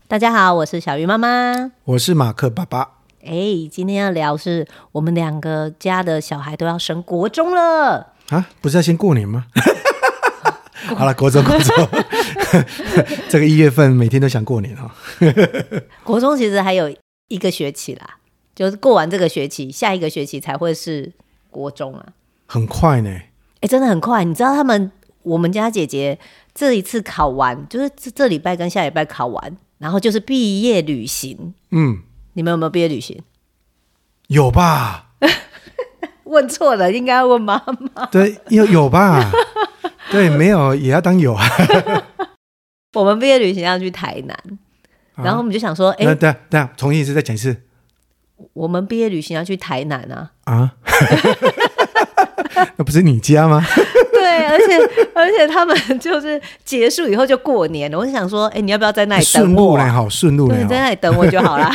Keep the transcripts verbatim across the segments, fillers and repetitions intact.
大家好，我是小鱼妈妈， 我是马克爸爸。 哎，今天要聊是我们两个家的小孩都要升国中了啊，不是要先过年吗？好了，国中国中这个一月份每天都想过年哦。 国中其实还有一个学期啦，就是过完这个学期，下一个学期才会是国中啊， 很快呢。 哎，真的很快。你知道他们我们家姐姐这一次考完，就是这这礼拜跟下礼拜考完，然后就是毕业旅行。嗯，你们有没有毕业旅行？ 有吧？ 问错了，应该要问妈妈。 对，有有吧？对，没有也要当有啊。 我们毕业旅行要去台南，啊、然后我们就想说，哎、 欸，对对，重新一次，再讲一次。 我们毕业旅行要去台南啊！ 啊，那不是你家吗？ 对，而且而且他们就是结束以后就过年了，我就想说，哎、欸，你要不要在那里等我、啊？ 顺路来好，顺路来好， 对，在那里等我就好啦。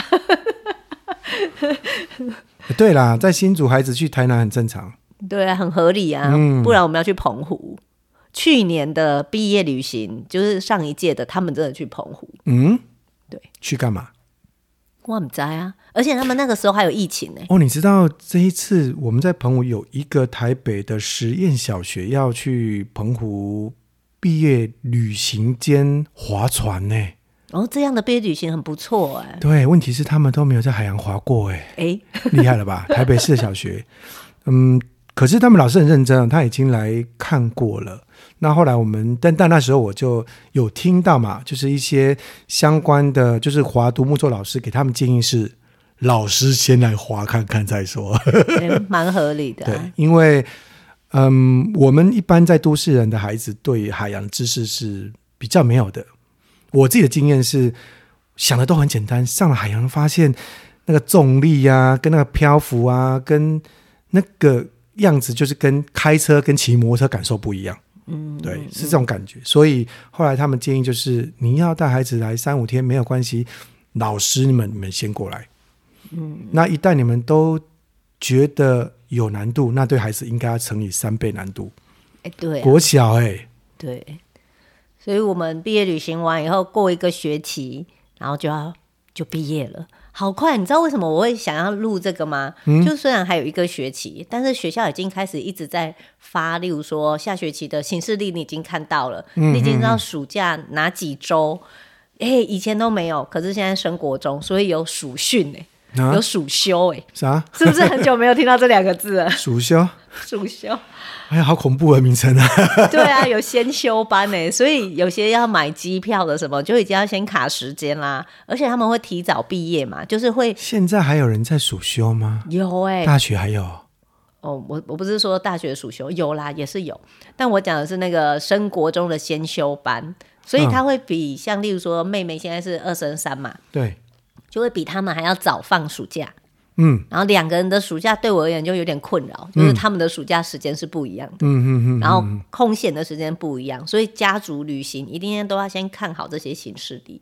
对啦，在新竹孩子去台南很正常。 对啊，很合理啊、嗯，不然我们要去澎湖。去年的毕业旅行就是上一届的，他们真的去澎湖。嗯，对， 去干嘛？ 我不知道啊，而且他们那个时候还有疫情呢、欸。 哦，你知道这一次我们在澎湖有一个台北的实验小学要去澎湖毕业旅行兼划船呢。 哦，这样的毕业旅行很不错哎。 对，问题是他们都没有在海洋划过哎。哎，厉害了吧？台北市的小学，嗯，可是他们老师很认真，他已经来看过了。那后来我们，但但那时候我就有听到嘛，就是一些相关的，就是划独木舟老师给他们建议是，老师先来划看看再说， 蛮合理的、啊。 对，因为嗯，我们一般在都市人的孩子对海洋知识是比较没有的。我自己的经验是，想的都很简单，上了海洋发现那个重力啊，跟那个漂浮啊，跟那个样子，就是跟开车跟骑摩托车感受不一样。嗯，对，是这种感觉。所以后来他们建议就是，你要带孩子来三五天没有关系，老师们你们先过来。嗯，那一旦你们都觉得有难度，那对孩子应该要乘以三倍难度。 哎，对、啊， 国小哎、欸， 对。所以我们毕业旅行完以后，过一个学期，然后就要就毕业了，好快！你知道为什么我会想要录这个吗？嗯、就虽然还有一个学期，但是学校已经开始一直在发，例如说下学期的行事历你已经看到了，嗯、你已经知道暑假哪几周，哎、欸，以前都没有，可是现在升国中，所以有暑训哎、欸啊，有暑修哎、欸， 啥？ 是不是很久没有听到这两个字了？ 暑修， 暑修。 哎呀，好恐怖的名称啊！ 对啊，有先修班呢，所以有些要买机票的什么，就已经要先卡时间啦。而且他们会提早毕业嘛，就是会。 现在还有人在暑修吗？ 有哎、欸， 大学还有。 哦，我我不是说大学暑修有啦，也是有，但我讲的是那个升国中的先修班，所以他会比、嗯、像例如说妹妹现在是二升三嘛， 对， 就会比他们还要早放暑假。嗯，然后两个人的暑假对我而言就有点困扰，就是他们的暑假时间是不一样的，嗯嗯嗯，然后空闲的时间不一样，所以家族旅行一定都要先看好这些行事历。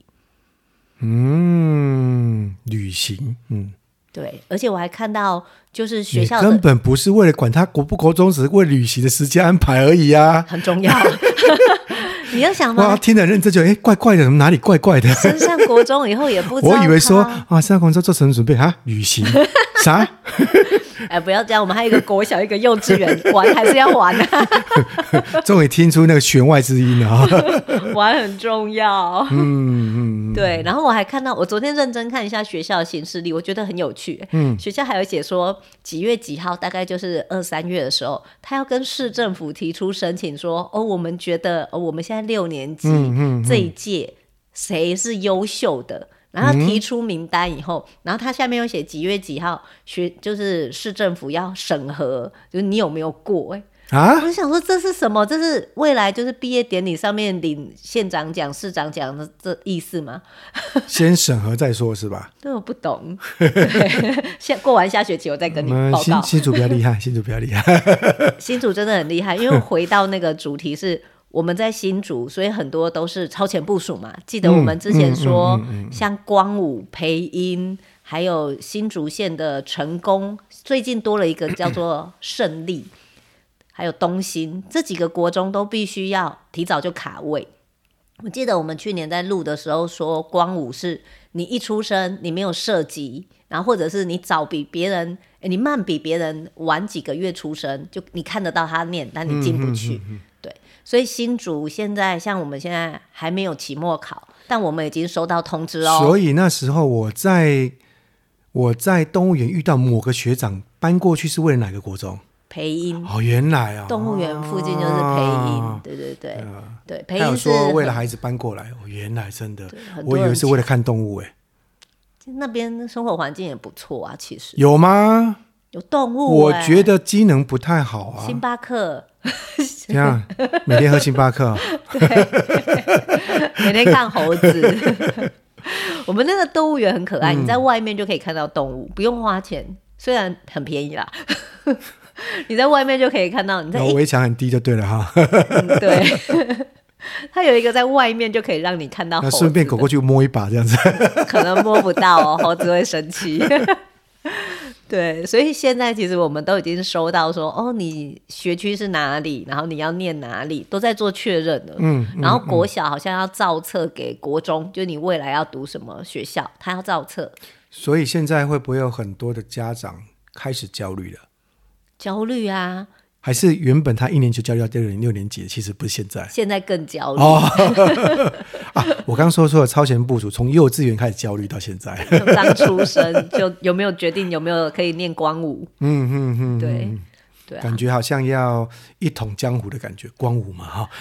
嗯，旅行，嗯， 对，而且我还看到就是学校的根本不是为了管他国不国中，只是为了旅行的时间安排而已啊， 很重要。你要想吗？ 哇，听得认真就哎，怪怪的，哪里怪怪的？ 升上国中以后也不知道， 我以为说啊，升上国中做什么准备啊？旅行啥？ 哎，不要这样，我们还有一个国小，一个幼稚园，玩还是要玩啊。 终于听出那个弦外之音了啊！ 玩很重要。嗯嗯，对。然后我还看到，我昨天认真看一下学校的行事历，我觉得很有趣。嗯，学校还有写说几月几号，大概就是二三月的时候，他要跟市政府提出申请说，哦，我们觉得、哦、我们现在六年级、嗯嗯嗯、这一届谁是优秀的。然后提出名单以后、嗯、然后他下面又写几月几号学，就是市政府要审核，就是你有没有过、欸啊、我就想说这是什么？这是未来就是毕业典礼上面领县长奖市长奖的这意思吗？ 先审核再说是吧？ 对，我不懂。先过完下学期我再跟你报告。 新新竹比较厉害，新竹比较厉害。 新竹真的很厉害，因为回到那个主题是我们在新竹，所以很多都是超前部署嘛。记得我们之前说、嗯嗯嗯嗯、像光武、培英还有新竹县的成功，最近多了一个叫做胜利还有东兴，这几个国中都必须要提早就卡位， 我记得我们去年在录的时候说，光舞是你一出生你没有涉及，然后或者是你早比别人，你慢比别人晚几个月出生，就你看得到他念，但你进不去。嗯嗯嗯嗯对，所以新竹现在像我们现在还没有期末考，但我们已经收到通知哦。 所以那时候我在我在动物园遇到某个学长搬过去是为了哪个国中？ 培英哦，原来啊， 动物园附近就是培英、啊，对对对，啊、对培英是说为了孩子搬过来，哦，原来真的，我以为是为了看动物哎。 那边生活环境也不错啊，其实有吗？ 有动物、 欸，我觉得机能不太好啊。 星巴克， 这样每天喝星巴克、啊， 对，每天看猴子。我们那个动物园很可爱、嗯，你在外面就可以看到动物，不用花钱，虽然很便宜啦。你在外面就可以看到，你在围墙很低就对了哈。 嗯、对，它有一个在外面就可以让你看到猴子， 那顺便狗过去摸一把这样子， 可能摸不到哦，猴子会生气。对，所以现在其实我们都已经收到说，哦，你学区是哪里，然后你要念哪里，都在做确认了。嗯，然后国小好像要造册给国中，就你未来要读什么学校，他要造册。 所以现在会不会有很多的家长开始焦虑了？ 焦虑啊， 还是原本他一年就焦虑到六年六年级，其实不是现在， 现在更焦虑、 哦、啊！我刚刚说说的超前部署，从幼稚园开始焦虑到现在， 刚出生就有没有决定有没有可以念光舞？ 嗯嗯嗯， 对对、啊， 感觉好像要一统江湖的感觉，光舞嘛哈。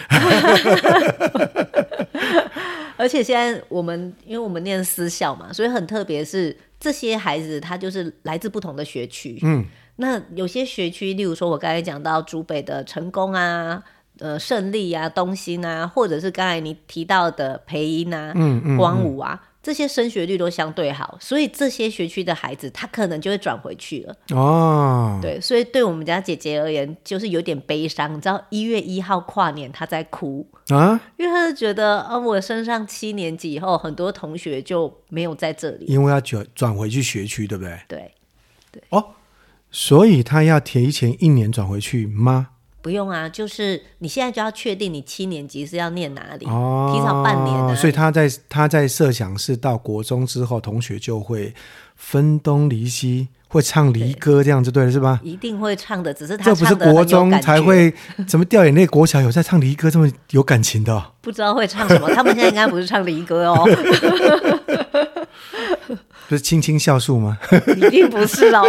而且现在我们因为我们念私校嘛，所以很特别是这些孩子他就是来自不同的学区，嗯。那有些学区，例如说我刚才讲到竹北的成功啊、呃胜利啊、东兴啊，或者是刚才你提到的培英啊、嗯嗯嗯光武啊，这些升学率都相对好，所以这些学区的孩子他可能就会转回去了。哦，对，所以对我们家姐姐而言就是有点悲伤，你知道一月一号跨年她在哭啊，因为她就觉得、哦、我升上七年级以后很多同学就没有在这里， 因为要转回去学区，对不对？ 对对哦，所以他要提前一年转回去吗？ 不用啊，就是你现在就要确定你七年级是要念哪里，哦、提早半年啊。 所以他在他在设想是到国中之后，同学就会分东离西，会唱离歌这样子，对了是吧？ 一定会唱的，只是他唱的这不是国中才会怎么掉眼泪，国小有在唱离歌这么有感情的、哦？ 不知道会唱什么，他们现在应该不是唱离歌哦。 不是青青校树吗？ 一定不是哦。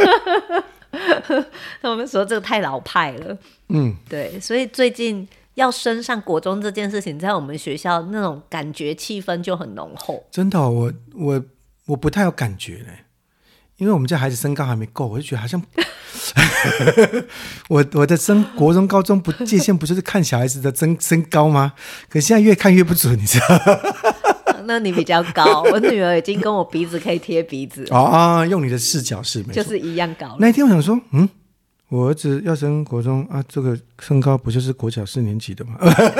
他们说这个太老派了。嗯，对，所以最近要升上国中这件事情，在我们学校那种感觉气氛就很浓厚。 真的、哦，我我我不太有感觉嘞，因为我们家孩子身高还没够，我就觉得好像我我的升国中、高中不界限不就是看小孩子的身身高吗？可现在越看越不准，你知道。 那你比较高，我女儿已经跟我鼻子可以贴鼻子哦啊，用你的视角是没错， 就是一样高。 那一天我想说，嗯，我儿子要升国中啊，这个身高不就是国小四年级的吗？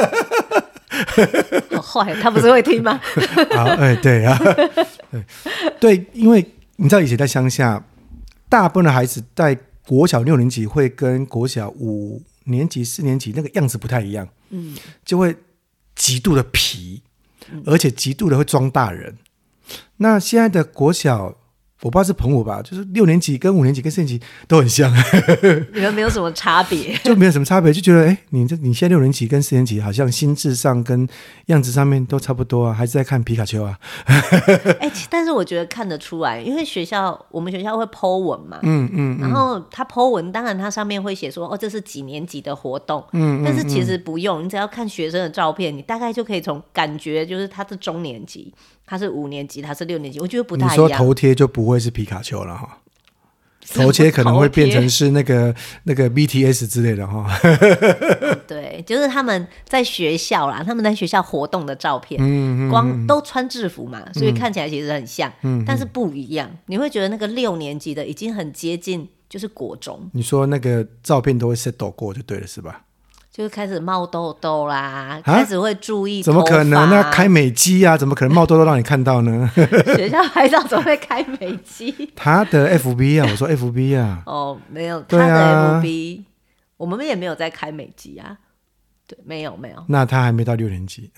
好坏，他不是会听吗？ 好，哎，对啊，对对，因为你知道以前在乡下，大部分的孩子在国小六年级会跟国小五年级、四年级那个样子不太一样，嗯，就会极度的皮。而且极度的会装大人。那现在的国小我不知道是澎湖吧，就是六年级跟五年级跟四年级都很像， 你们没有什么差别， 就没有什么差别，就觉得哎，你这你现在六年级跟四年级好像心智上跟样子上面都差不多啊，还是在看皮卡丘啊。 哎，但是我觉得看得出来，因为学校我们学校会 po 文嘛，嗯嗯，然后他 po 文，当然他上面会写说哦，这是几年级的活动，嗯，但是其实不用，你只要看学生的照片，你大概就可以从感觉就是他是中年级。他是五年级，他是六年级，我觉得不太一样。 你说头贴就不会是皮卡丘了哈，头贴可能会变成是那个那个 B T S 之类的哈。 对，就是他们在学校啦，他们在学校活动的照片，嗯嗯嗯光都穿制服嘛，所以看起来其实很像，嗯嗯但是不一样。你会觉得那个六年级的已经很接近，就是国中。 你说那个照片都会 set 过就对了，是吧？ 就是开始冒痘痘啦，开始会注意头发、啊、怎么可能？那开美肌啊，怎么可能冒痘痘让你看到呢？ 学校拍照怎么会开美肌？ 他的 F B 啊，我说 F B 啊。 哦，没有，他的 F B，、啊、我们也没有在开美肌啊。 对，没有没有， 那他还没到六年级，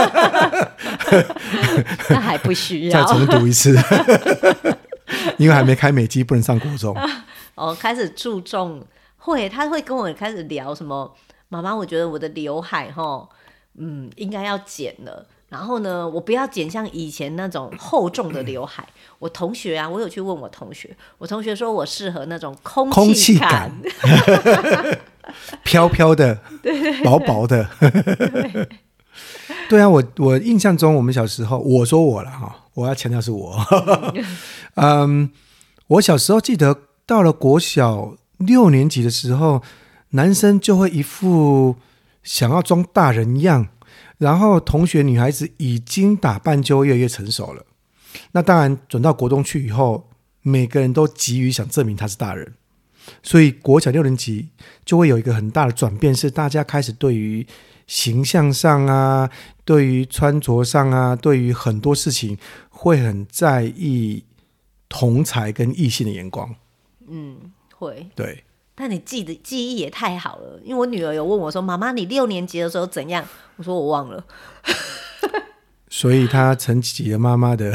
那还不需要再重读一次，因为还没开美肌，不能上国中。 哦，开始注重，会他会跟我开始聊什么？妈妈，我觉得我的刘海齁，嗯，应该要剪了。然后呢，我不要剪像以前那种厚重的刘海。我同学啊，我有去问我同学，我同学说我适合那种空空气感， 飘飘的，薄薄的。对, 对啊，我我印象中，我们小时候，我说我了哈，我要强调是我。嗯，我小时候记得到了国小六年级的时候，男生就会一副想要装大人样。然后同学女孩子已经打扮就越来越成熟了，那当然转到国中去以后，每个人都急于想证明他是大人，所以国小六年级就会有一个很大的转变，是大家开始对于形象上啊，对于穿着上啊，对于很多事情会很在意同侪跟异性的眼光。 嗯，会。 对。 但你记得记忆也太好了，因为我女儿有问我说：“妈妈，你六年级的时候怎样？”我说：“我忘了。” 所以她承袭了妈妈的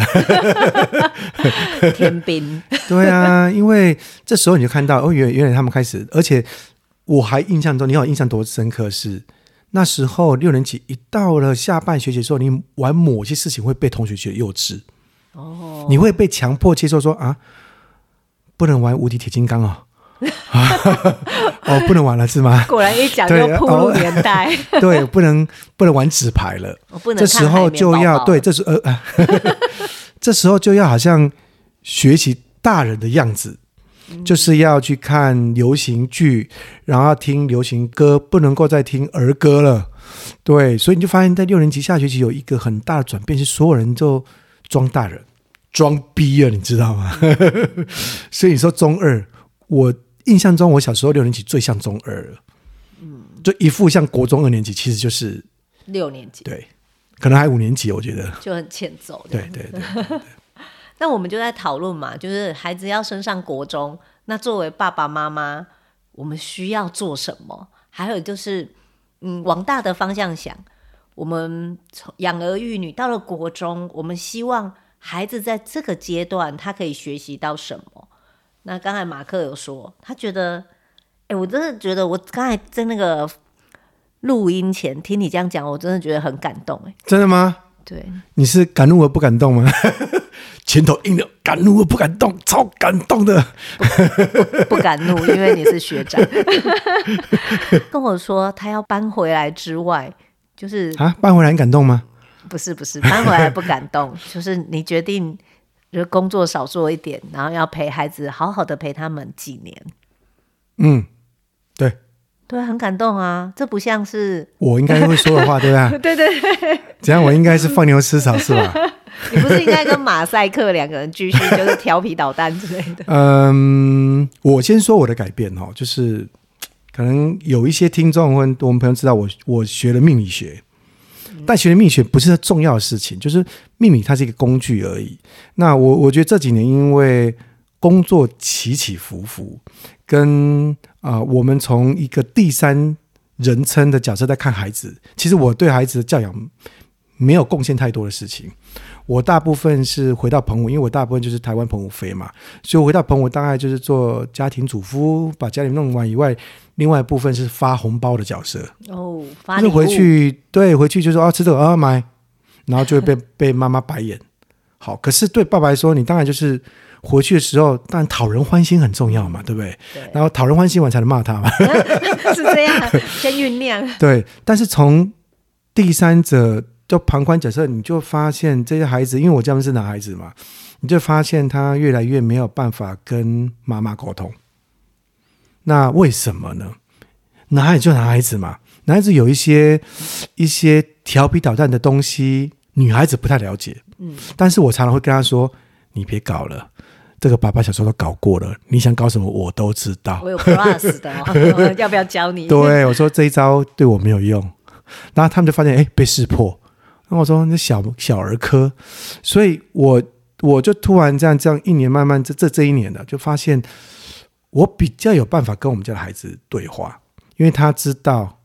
天兵。 对啊，因为这时候你就看到哦，原原来他们开始，而且我还印象中，你有印象多深刻是那时候六年级一到了下半学期的时候，你玩某些事情会被同学觉得幼稚哦，你会被强迫接受说啊，不能玩无敌铁金刚哦。哦，不能玩了是吗？ 果然一讲就暴露年代。 哦、对，不能不能玩纸牌了。 不能这时候就要对，这时候呃，这时候就要好像学习大人的样子，嗯、就是要去看流行剧，然后要听流行歌，不能够再听儿歌了。对，所以你就发现，在六年级下学期有一个很大的转变，是所有人就装大人、装逼了，你知道吗？所以你说中二，我。印象中我小时候六年级最像中二了，嗯，就一副像国中二年级，其实就是六年级， 对，可能还五年级，我觉得就很欠揍。 对对 对, 对, 对那我们就在讨论嘛，就是孩子要升上国中，那作为爸爸妈妈，我们需要做什么？还有就是，嗯，往大的方向想，我们养儿育女到了国中，我们希望孩子在这个阶段他可以学习到什么？那刚才马克有说，他觉得，哎，我真的觉得，我刚才在那个录音前听你这样讲，我真的觉得很感动，哎， 真的吗？ 对， 你是敢怒而不敢动吗？前头硬的，敢怒而不敢动，超感动的。 不, 不, 不敢怒，因为你是学长。跟我说他要搬回来之外，就是啊，搬回来很感动吗？ 不是不是，搬回来不感动，就是你决定。就工作少做一点，然后要陪孩子好好的陪他们几年。 嗯，对对，很感动啊，这不像是我应该会说的话，对吧？ 对对对， 这样我应该是放牛吃草是吧？ 你不是应该跟马赛克两个人继续就是调皮捣蛋之类的？ 嗯，我先说我的改变哦，就是可能有一些听众或我们朋友知道我我学了命理学。但学命理学不是重要的事情，就是命理它是一个工具而已。那我我觉得这几年因为工作起起伏伏，跟啊、呃、我们从一个第三人称的角色在看孩子，其实我对孩子的教养没有贡献太多的事情。我大部分是回到澎湖，因为我大部分就是台湾澎湖飞嘛，所以我回到澎湖大概就是做家庭主妇，把家里弄完以外，另外一部分是发红包的角色。 哦，发礼物，就是回去对回去就说啊吃这个啊买，然后就会被被妈妈白眼。好，可是对爸爸来说，你当然就是回去的时候，当然讨人欢心很重要嘛，对不对？对，然后讨人欢心完才能骂他嘛。 是这样，先酝酿。 对，但是从第三者就旁观角色，你就发现这些孩子，因为我家们是男孩子嘛，你就发现他越来越没有办法跟妈妈沟通。那为什么呢？男孩子就男孩子嘛，男孩子有一些一些调皮捣蛋的东西，女孩子不太了解。嗯，但是我常常会跟他说：“你别搞了，这个爸爸小时候都搞过了，你想搞什么我都知道。” 我有 plus 的哦，要不要教你？ 对，我说这一招对我没有用，然后他们就发现哎被识破。然后我说那小小儿科，所以我我就突然这样这样一年慢慢这这这一年的就发现，我比较有办法跟我们家的孩子对话，因为他知道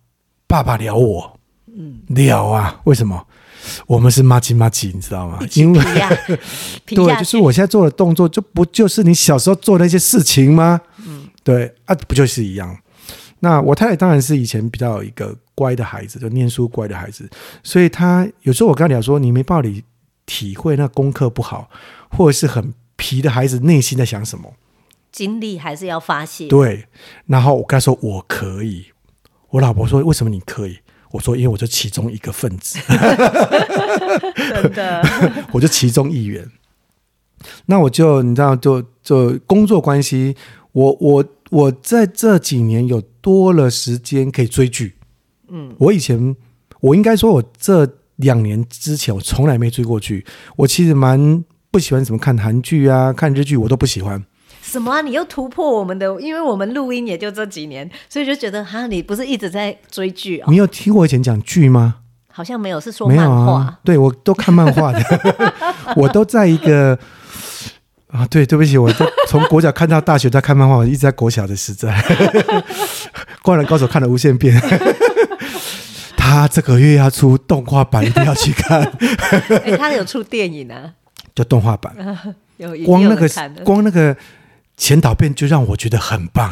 爸爸聊我，嗯，聊啊，为什么？我们是麻吉麻吉，你知道吗？因为对，就是我现在做的动作，就不就是你小时候做的那些事情吗？嗯，对啊，不就是一样？那我太太当然是以前比较一个乖的孩子，就念书乖的孩子，所以她有时候我跟她聊说，你没办法体会那功课不好，或者是很皮的孩子内心在想什么， 精力还是要发泄。 对，然后我跟她说我可以，我老婆说为什么你可以？我说因为我就其中一个分子真的我就其中一员。那我就你知道就就工作关系，我我我在这几年有多了时间可以追剧。嗯，我以前我应该说我这两年之前我从来没追过剧，我其实蛮不喜欢什么看韩剧啊看日剧，我都不喜欢。 什么啊？你又突破我们的，因为我们录音也就这几年，所以就觉得哈，你不是一直在追剧哦？ 你有听我以前讲剧吗？ 好像没有，是说漫画。 啊、对，我都看漫画的，我都在一个啊，对，对不起，我都从国小看到大学在看漫画，我一直在国小的时代，灌篮高手看了无限遍。他这个月要出动画版，一定要去看。 欸、他有出电影啊？ 就动画版， 有光那个光那个。前导片就让我觉得很棒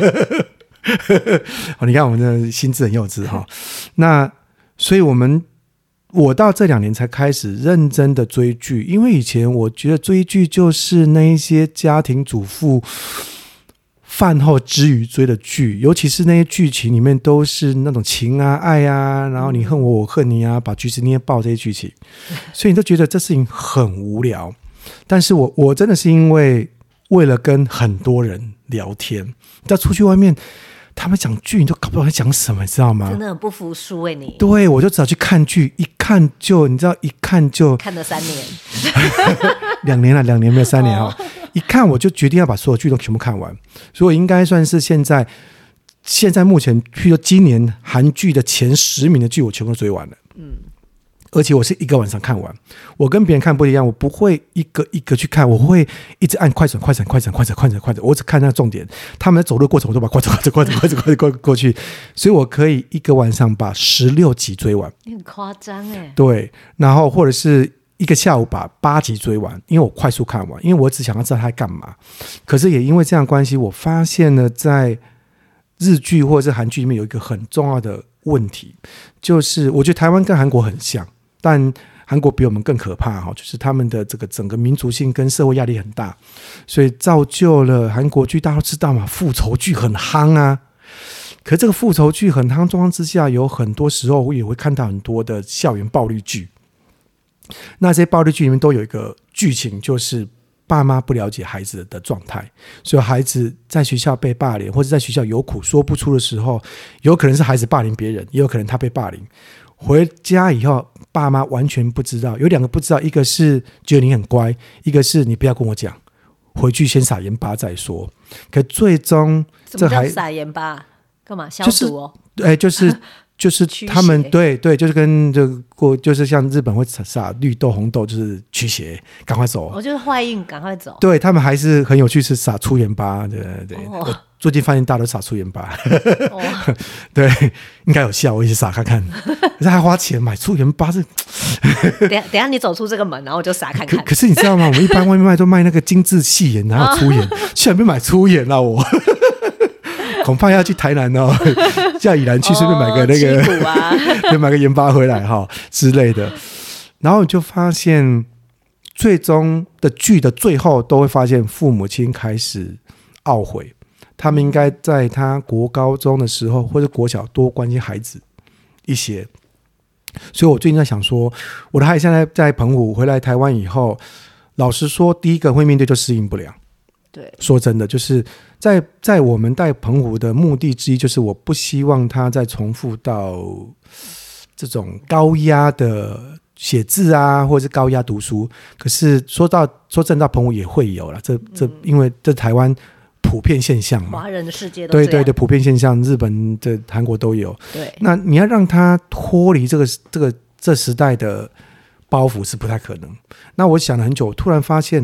你看我们的心智很幼稚哈。那所以我们我到这两年才开始认真的追剧，因为以前我觉得追剧就是那一些家庭主妇饭后之余追的剧，尤其是那些剧情里面都是那种情啊爱啊，然后你恨我我恨你啊，把橘子捏爆这些剧情，所以你都觉得这事情很无聊。但是我我真的是因为为了跟很多人聊天，你知道出去外面他们讲剧你都搞不懂在讲什么，你知道吗？ 真的很不服输欸你。 对，我就只好去看剧，一看就你知道一看就看了三年两年了，两年没有三年、哦、一看我就决定要把所有剧都全部看完，所以我应该算是现在现在目前譬如说今年韩剧的前十名的剧我全部都追完了。嗯，而且我是一个晚上看完，我跟别人看不一样，我不会一个一个去看，我会一直按快转快转快转快转快转快转，我只看那个重点，他们在走路的过程我都把快转快转快转快转快转过去，所以我可以一个晚上把十六集追完。 你很夸张耶。 对，然后或者是一个下午把八集追完，因为我快速看完，因为我只想要知道他在干嘛。可是也因为这样的关系，我发现了在日剧或者是韩剧里面有一个很重要的问题，就是我觉得台湾跟韩国很像，但韩国比我们更可怕，就是他们的这个整个民族性跟社会压力很大，所以造就了韩国剧大家都知道嘛，复仇剧很夯啊。可是这个复仇剧很夯状况之下，有很多时候我也会看到很多的校园暴力剧。那这些暴力剧里面都有一个剧情，就是爸妈不了解孩子的状态，所以孩子在学校被霸凌或者在学校有苦说不出的时候，有可能是孩子霸凌别人，也有可能他被霸凌，回家以后爸妈完全不知道，有两个不知道，一个是觉得你很乖，一个是你不要跟我讲，回去先撒盐巴再说。可最终什么叫撒盐巴？干嘛消毒哦？ 就是、就是就是他们对对，就是跟这个就是像日本会撒绿豆红豆，就是驱邪，赶快走。 我就是坏运，赶快走。对他们还是很有趣，是撒粗盐巴，对对对。哦、我最近发现大家都撒粗盐巴，哦、对，应该有效，我一起撒看看。可是还花钱买粗盐巴是。 等下等下你走出这个门，然后我就撒看看。 可, 可是你知道吗？我们一般外面卖都卖那个精致细盐，然后粗盐，去哪边买粗盐啊我？恐怕要去台南哦，叫宜兰去顺便买个那个， 哦啊、 买个盐巴回来哈之类的。然后你就发现，最终的剧的最后都会发现，父母亲开始懊悔，他们应该在他国高中的时候或者国小多关心孩子一些。所以我最近在想说，我的孩子现在在澎湖回来台湾以后，老实说，第一个会面对就适应不良。 对， 说真的，就是在在我们带澎湖的目的之一，就是我不希望他再重复到这种高压的写字啊，或者是高压读书。可是说到说真到澎湖也会有啦，这这因为这台湾普遍现象嘛， 华人的世界都这样， 对对对，普遍现象，日本的韩国都有。 对， 那你要让他脱离这个这个这时代的包袱是不太可能。那我想了很久，我突然发现。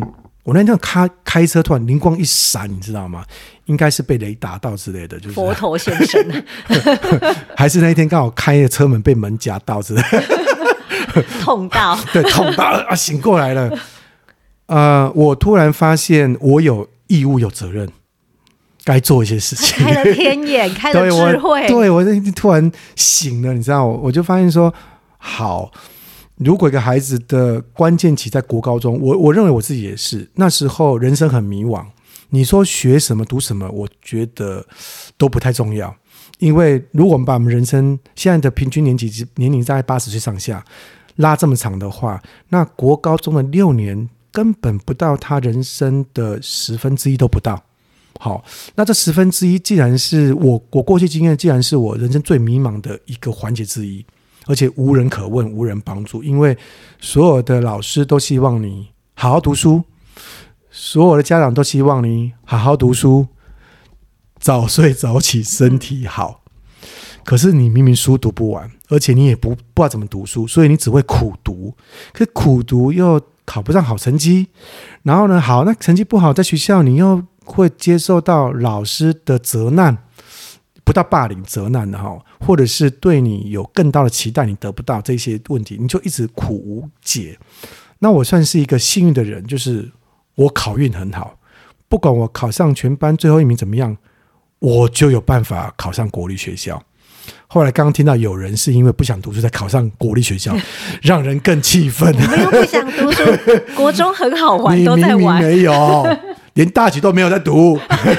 我那天开开车突然灵光一闪，你知道吗？应该是被雷打到之类的，就是佛头现身了还是那一天刚好开的车门被门夹到之类的痛到对，痛到了啊，醒过来了。呃，我突然发现我有义务有责任该做一些事情， 开了天眼开了智慧。 对，我对我突然醒了，你知道，我就发现说好，如果一个孩子的关键期在国高中，我我认为我自己也是，那时候人生很迷惘，你说学什么读什么，我觉得都不太重要，因为如果我们把我们人生现在的平均年纪年龄在八十岁上下拉这么长的话，那国高中的六年根本不到他人生的十分之一都不到。好，那这十分之一既然是我我过去经验，既然是我人生最迷茫的一个环节之一，而且无人可问，无人帮助，因为所有的老师都希望你好好读书，所有的家长都希望你好好读书，早睡早起，身体好。可是你明明书读不完，而且你也不不知道怎么读书，所以你只会苦读，可是苦读又考不上好成绩，然后呢，好，那成绩不好，在学校你又会接受到老师的责难，不到霸凌责难的哈，或者是对你有更大的期待，你得不到这些问题，你就一直苦无解。那我算是一个幸运的人，就是我考运很好，不管我考上全班最后一名怎么样，我就有办法考上国立学校。后来刚刚听到有人是因为不想读书才考上国立学校，让人更气愤。 我们又不想读书，国中很好玩，都在玩。 你明明没有，连大学都没有在读。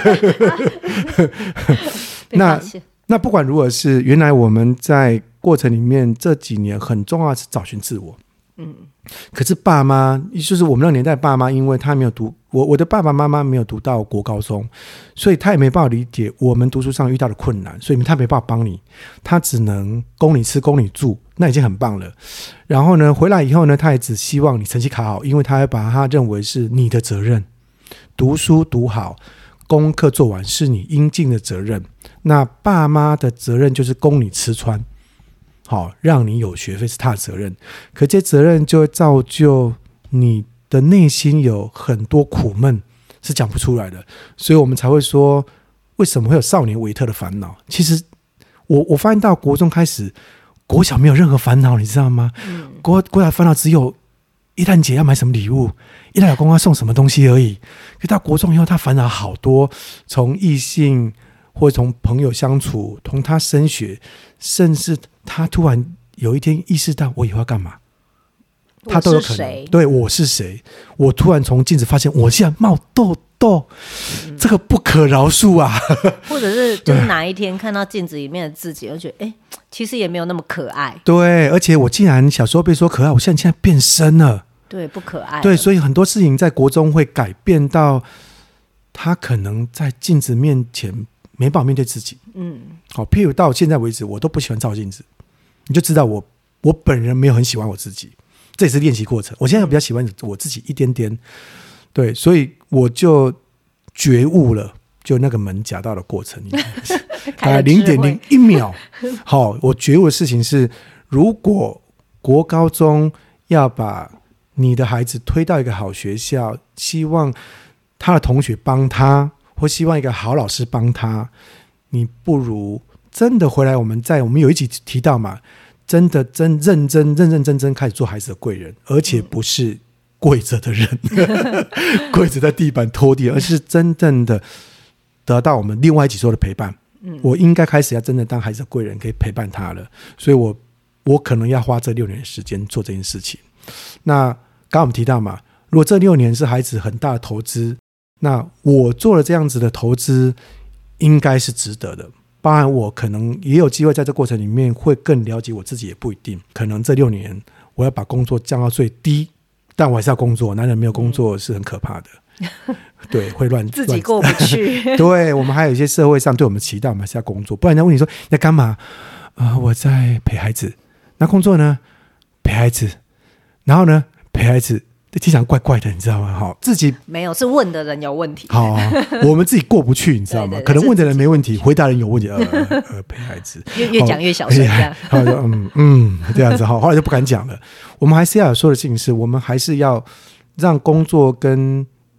那那不管如何是，原来我们在过程里面这几年很重要的是找寻自我。嗯，可是爸妈，就是我们那个年代爸妈，因为他没有读我我的爸爸妈妈没有读到国高中，所以他也没办法理解我们读书上遇到的困难，所以他没办法帮你，他只能供你吃供你住，那已经很棒了。然后呢，回来以后呢，他也只希望你成绩考好，因为他会把他认为是你的责任，读书读好，功课做完是你应尽的责任。那爸妈的责任就是供你吃穿，好，让你有学费是他的责任，可这些责任就会造就你的内心有很多苦闷是讲不出来的，所以我们才会说为什么会有少年维特的烦恼。其实我我发现到国中开始，国小没有任何烦恼，你知道吗？嗯、国国小烦恼只有一旦节要买什么礼物，一旦老公要送什么东西而已。可到国中以后，他烦恼好多，从异性或从朋友相处，从他升学，甚至他突然有一天意识到我以后要干嘛，他都有可能。对，我是谁？我突然从镜子发现我竟然冒痘痘，嗯、这个不可饶恕啊！ 或者是就是哪一天看到镜子里面的自己，就觉得哎，其实也没有那么可爱。 对，而且我竟然小时候被说可爱，我现在现在变身了。对， 不可爱。 对，所以很多事情在国中会改变到他可能在镜子面前没办法面对自己。嗯，好，譬如到现在为止，我都不喜欢照镜子，你就知道我我本人没有很喜欢我自己，这也是练习过程。我现在比较喜欢我自己一点点，对，所以我就觉悟了，就那个门夹到的过程里面，大概零点零一秒。好，我觉悟的事情是，如果国高中要把你的孩子推到一个好学校，希望他的同学帮他，或希望一个好老师帮他，你不如真的回来，我们在我们有一集提到嘛，真的真认真认认真真开始做孩子的贵人，而且不是跪着的人跪着在地板拖地，而是真正的得到我们另外一集说的陪伴。我应该开始要真的当孩子的贵人，可以陪伴他了，所以我我可能要花这六年的时间做这件事情。那刚刚我们提到嘛，如果这六年是孩子很大的投资，那我做了这样子的投资应该是值得的，包含我可能也有机会在这过程里面会更了解我自己，也不一定，可能这六年我要把工作降到最低，但我还是要工作，男人没有工作是很可怕的。对，会乱自己过不去对，我们还有一些社会上对我们期待，我们还是要工作，不然人家问你说你在干嘛、呃、我在陪孩子。那工作呢？陪孩子。然后呢？陪孩子，经常怪怪的，你知道吗？好，自己没有，是问的人有问题。 好、啊，我们自己过不去，你知道吗？对对对，可能问的人没问题，回答人有问题。呃呃，陪孩子， 越越讲越小声，这样。 他说嗯嗯这样子哈，后来就不敢讲了。我们还是要有说的事情是，我们还是要让工作跟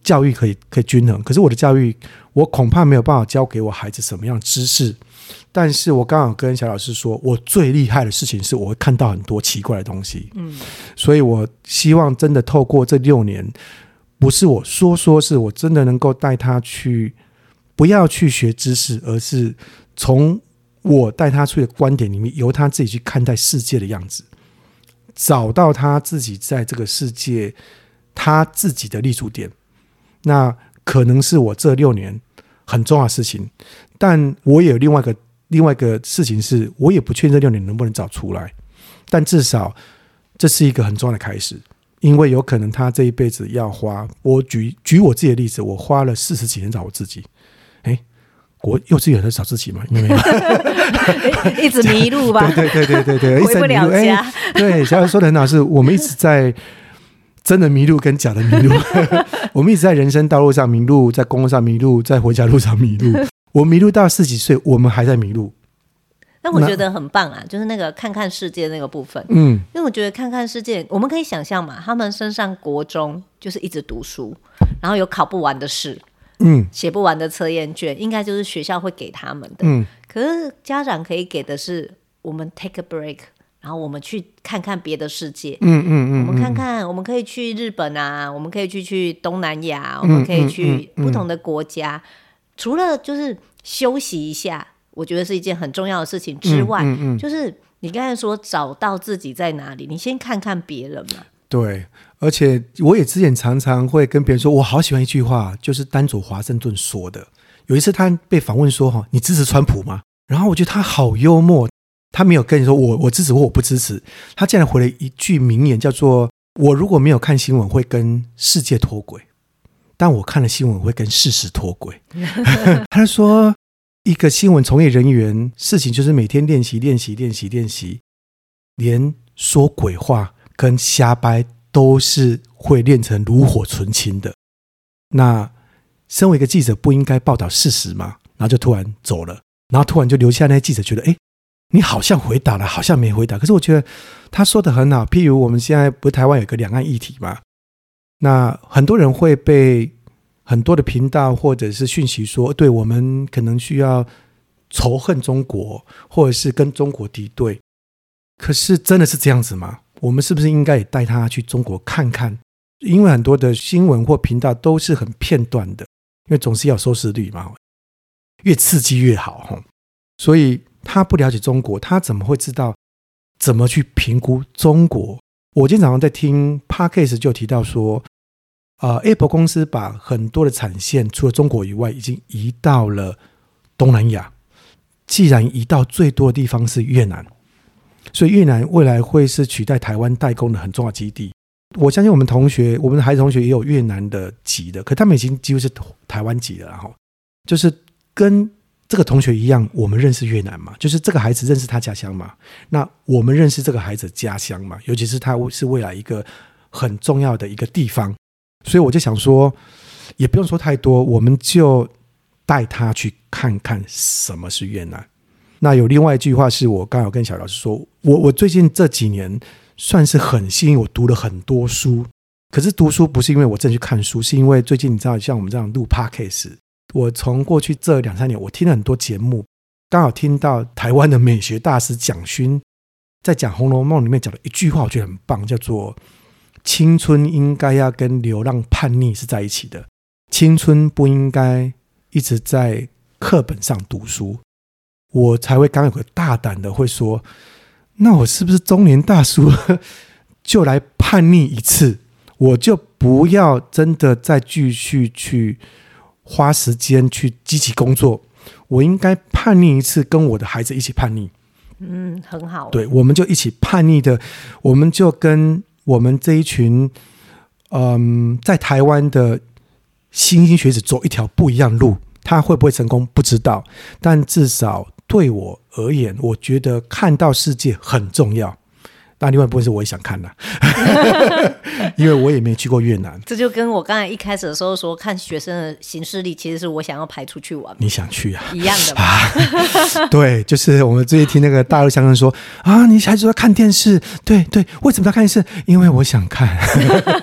教育可以可以均衡，可是我的教育我恐怕没有办法教给我孩子什么样的知识。但是我刚好跟小老师说，我最厉害的事情是我会看到很多奇怪的东西，嗯，所以我希望真的透过这六年，不是我说说，是我真的能够带他去，不要去学知识，而是从我带他出的观点里面，由他自己去看待世界的样子，找到他自己在这个世界他自己的立足点。那可能是我这六年很重要的事情，但我也有另外一个另外一个事情是，我也不确定这六年能不能找出来，但至少这是一个很重要的开始，因为有可能他这一辈子要花，我举举我自己的例子，我花了四十几年找我自己。哎，我幼稚园在找自己嘛，因为一直迷路吧？ 对对对对对， 回不了家。 对，小孩说的很好，是我们一直在真的迷路跟假的迷路，我们一直在人生道路上迷路，在公路上迷路，在回家路上迷路。我迷路到十几岁，我们还在迷路。 但我觉得很棒啊，就是那个看看世界那个部分。 嗯， 因为我觉得看看世界，我们可以想象嘛，他们升上国中就是一直读书，然后有考不完的试，嗯，写不完的测验卷，应该就是学校会给他们的。嗯，可是家长可以给的是，我们 take a break。然后我们去看看别的世界，嗯嗯嗯，我们看看，我们可以去日本啊，我们可以去去东南亚，我们可以去不同的国家。嗯嗯嗯、除了就是休息一下，我觉得是一件很重要的事情之外，嗯嗯嗯、就是你刚才说找到自己在哪里，你先看看别人嘛。 对，而且我也之前常常会跟别人说，我好喜欢一句话，就是丹佐华盛顿说的。有一次他被访问说，你支持川普吗？然后我觉得他好幽默。他没有跟你说我我支持或我不支持，他竟然回了一句名言，叫做我如果没有看新闻会跟世界脱轨，但我看了新闻会跟事实脱轨。他说一个新闻从业人员事情就是每天练习练习练习练习，连说鬼话跟瞎掰都是会练成炉火纯青的。那身为一个记者不应该报道事实吗？然后就突然走了，然后突然就留下那些记者觉得诶你好像回答了，好像没回答。可是我觉得他说的很好，譬如我们现在不是台湾有一个两岸议题嘛，那很多人会被很多的频道或者是讯息说，对，我们可能需要仇恨中国，或者是跟中国敌对。可是真的是这样子吗？我们是不是应该也带他去中国看看？因为很多的新闻或频道都是很片段的，因为总是要有收视率嘛，越刺激越好。所以他不了解中国，他怎么会知道怎么去评估中国？我今天早上在听 Podcast 就提到说、呃、Apple 公司把很多的产线除了中国以外已经移到了东南亚，既然移到最多的地方是越南，所以越南未来会是取代台湾代工的很重要基地。我相信我们同学我们的孩子同学也有越南的籍的，可他们已经几乎是台湾籍了，就是跟这个同学一样，我们认识越南嘛，就是这个孩子认识他家乡嘛，那我们认识这个孩子家乡嘛，尤其是他是未来一个很重要的一个地方。所以我就想说也不用说太多，我们就带他去看看什么是越南。那有另外一句话是我刚好跟小老师说，我我最近这几年算是很幸运，我读了很多书。可是读书不是因为我真的去看书，是因为最近你知道像我们这样录 Podcast，我从过去这两三年我听了很多节目，刚好听到台湾的美学大师蒋勋在讲《红楼梦》里面讲的一句话，我觉得很棒，叫做青春应该要跟流浪叛逆是在一起的，青春不应该一直在课本上读书。我才会刚有个大胆的会说，那我是不是中年大叔就来叛逆一次，我就不要真的再继续去花时间去积极工作，我应该叛逆一次，跟我的孩子一起叛逆。 嗯，很好。 对，我们就一起叛逆的，我们就跟我们这一群嗯，在台湾的新兴学子走一条不一样路。他会不会成功不知道，但至少对我而言，我觉得看到世界很重要。那另外一部分是我也想看的因为我也没去过越南。 这就跟我刚才一开始的时候说看学生的行事历，其实是我想要排出去玩。 你想去啊？ 一样的嘛、 啊、对，就是我们最近听那个大陆乡人说啊，你孩子要看电视，对对，为什么要看电视？因为我想看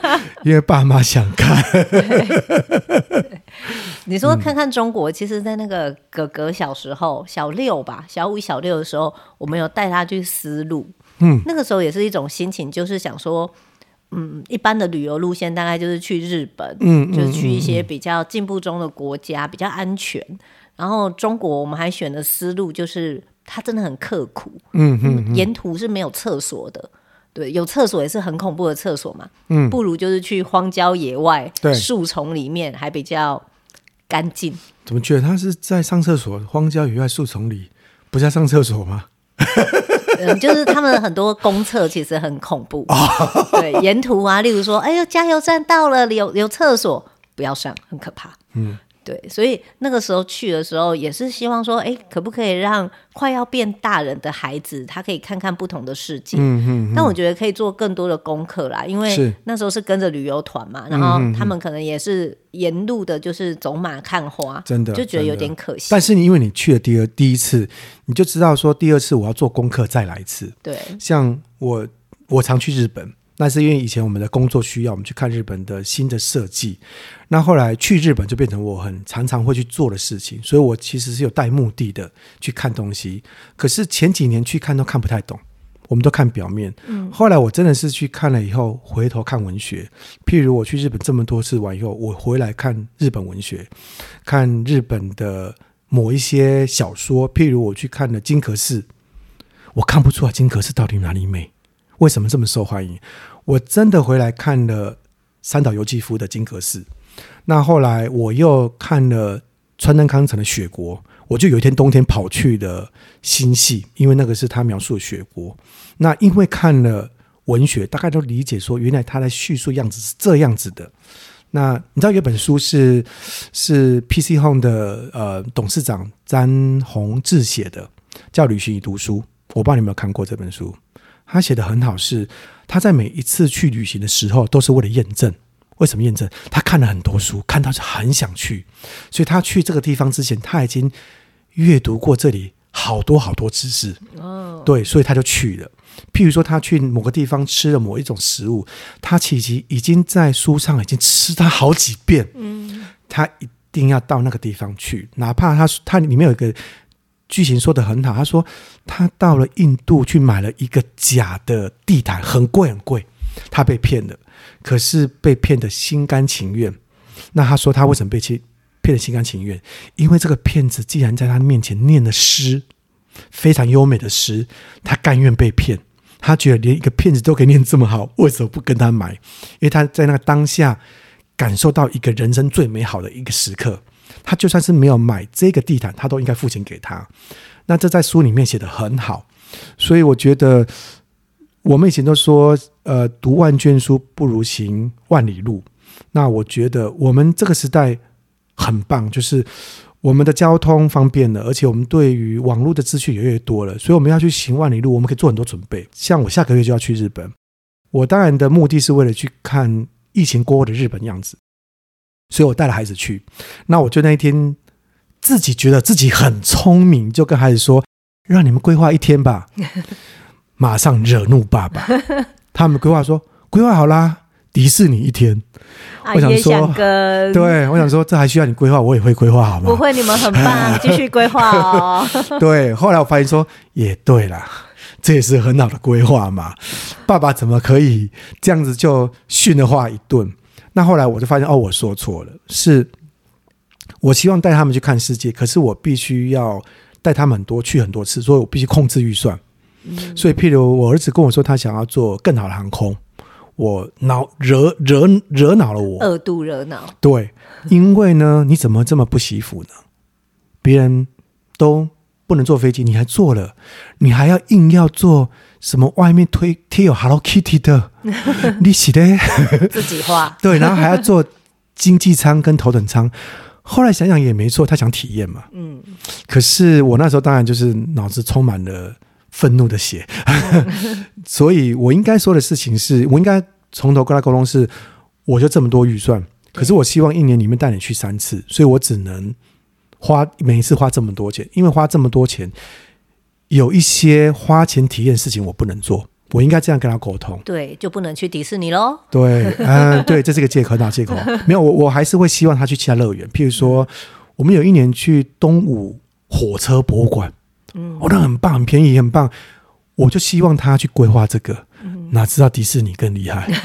因为爸妈想看。 你说看看中国、嗯、其实在那个哥哥小时候小六吧小五小六的时候，我们有带他去丝路，嗯，那个时候也是一种心情，就是想说嗯，一般的旅游路线大概就是去日本，嗯，就是去一些比较进步中的国家，比较安全。然后中国我们还选的丝路，就是它真的很刻苦，嗯嗯嗯，沿途是没有厕所的，对，有厕所也是很恐怖的厕所嘛，嗯，不如就是去荒郊野外，树丛里面还比较干净。 怎么觉得他是在上厕所？荒郊野外树丛里不是在上厕所吗？ 嗯，就是他们很多公厕其实很恐怖，对，沿途啊，例如说，哎呦，加油站到了，有有厕所，不要上，很可怕。嗯，对，所以那个时候去的时候，也是希望说，哎，可不可以让快要变大人的孩子，他可以看看不同的世界。嗯嗯。但我觉得可以做更多的功课啦，因为那时候是跟着旅游团嘛，然后他们可能也是沿路的，就是走马看花，真的就觉得有点可惜。 但是你因为你去了第二第一次，你就知道说第二次我要做功课再来一次。 对， 像我我常去日本。那是因为以前我们的工作需要，我们去看日本的新的设计。那后来去日本就变成我很常常会去做的事情，所以我其实是有带目的的去看东西。可是前几年去看都看不太懂，我们都看表面。嗯，后来我真的是去看了以后，回头看文学。譬如我去日本这么多次完以后，我回来看日本文学，看日本的某一些小说。譬如我去看了金阁寺，我看不出来金阁寺到底哪里美。为什么这么受欢迎？我真的回来看了三岛由纪夫的金阁寺，那后来我又看了川端康成的雪国，我就有一天冬天跑去了新系，因为那个是他描述的雪国。那因为看了文学，大概都理解说原来他的叙述样子是这样子的。那你知道有本书是是 P C Home 的呃董事长詹宏志写的，叫《旅行与读书》，我不知道你有没有看过这本书。他写得很好，是他在每一次去旅行的时候都是为了验证。为什么验证？他看了很多书，看到是很想去，所以他去这个地方之前他已经阅读过这里好多好多知识、哦、对，所以他就去了。譬如说他去某个地方吃了某一种食物，他其实已经在书上已经吃它好几遍、嗯、他一定要到那个地方去，哪怕他他里面有一个剧情说得很好，他说他到了印度去买了一个假的地毯，很贵很贵，他被骗了，可是被骗得心甘情愿。那他说他为什么被骗得心甘情愿？因为这个骗子既然在他面前念了诗，非常优美的诗，他甘愿被骗。他觉得连一个骗子都可以念这么好，为什么不跟他买？因为他在那个当下感受到一个人生最美好的一个时刻，他就算是没有买这个地毯，他都应该付钱给他。那这在书里面写得很好，所以我觉得我们以前都说呃，读万卷书不如行万里路。那我觉得我们这个时代很棒，就是我们的交通方便了，而且我们对于网络的资讯也越来越多了，所以我们要去行万里路，我们可以做很多准备。像我下个月就要去日本，我当然的目的是为了去看疫情过后的日本样子，所以我带了孩子去。那我就那一天自己觉得自己很聪明，就跟孩子说让你们规划一天吧，马上惹怒爸爸。他们规划说规划好啦，迪士尼一天。我想说想跟对，我想说这还需要你规划，我也会规划好吗？ 不会，你们很棒，继续规划哦。 对，后来我发现说也对啦，这也是很好的规划嘛。爸爸怎么可以这样子就训了话一顿？那后来我就发现哦，我说错了，是我希望带他们去看世界，可是我必须要带他们很多去很多次，所以我必须控制预算、嗯、所以譬如我儿子跟我说他想要做更好的航空，我恼惹惹惹恼了我， 二度惹恼。 对，因为呢你怎么这么不惜福呢？别人都不能坐飞机，你还坐了，你还要硬要做什么外面推贴有 Hello Kitty 的你是的自己画对，然后还要做经济舱跟头等舱。后来想想也没错，他想体验嘛。嗯，可是我那时候当然就是脑子充满了愤怒的血所以我应该说的事情是，我应该从头跟他沟通是，我就这么多预算，可是我希望一年里面带你去三次，所以我只能花每一次花这么多钱，因为花这么多钱有一些花钱体验的事情我不能做， 我应该这样跟他沟通。 对，就不能去迪士尼咯。 对，嗯、呃，对，这是个借口，哪借口？没有，我我还是会希望他去其他乐园，譬如说，我们有一年去东武火车博物馆，嗯，哦，那很棒，很便宜，很棒。我就希望他去规划这个，嗯、哪知道迪士尼更厉害，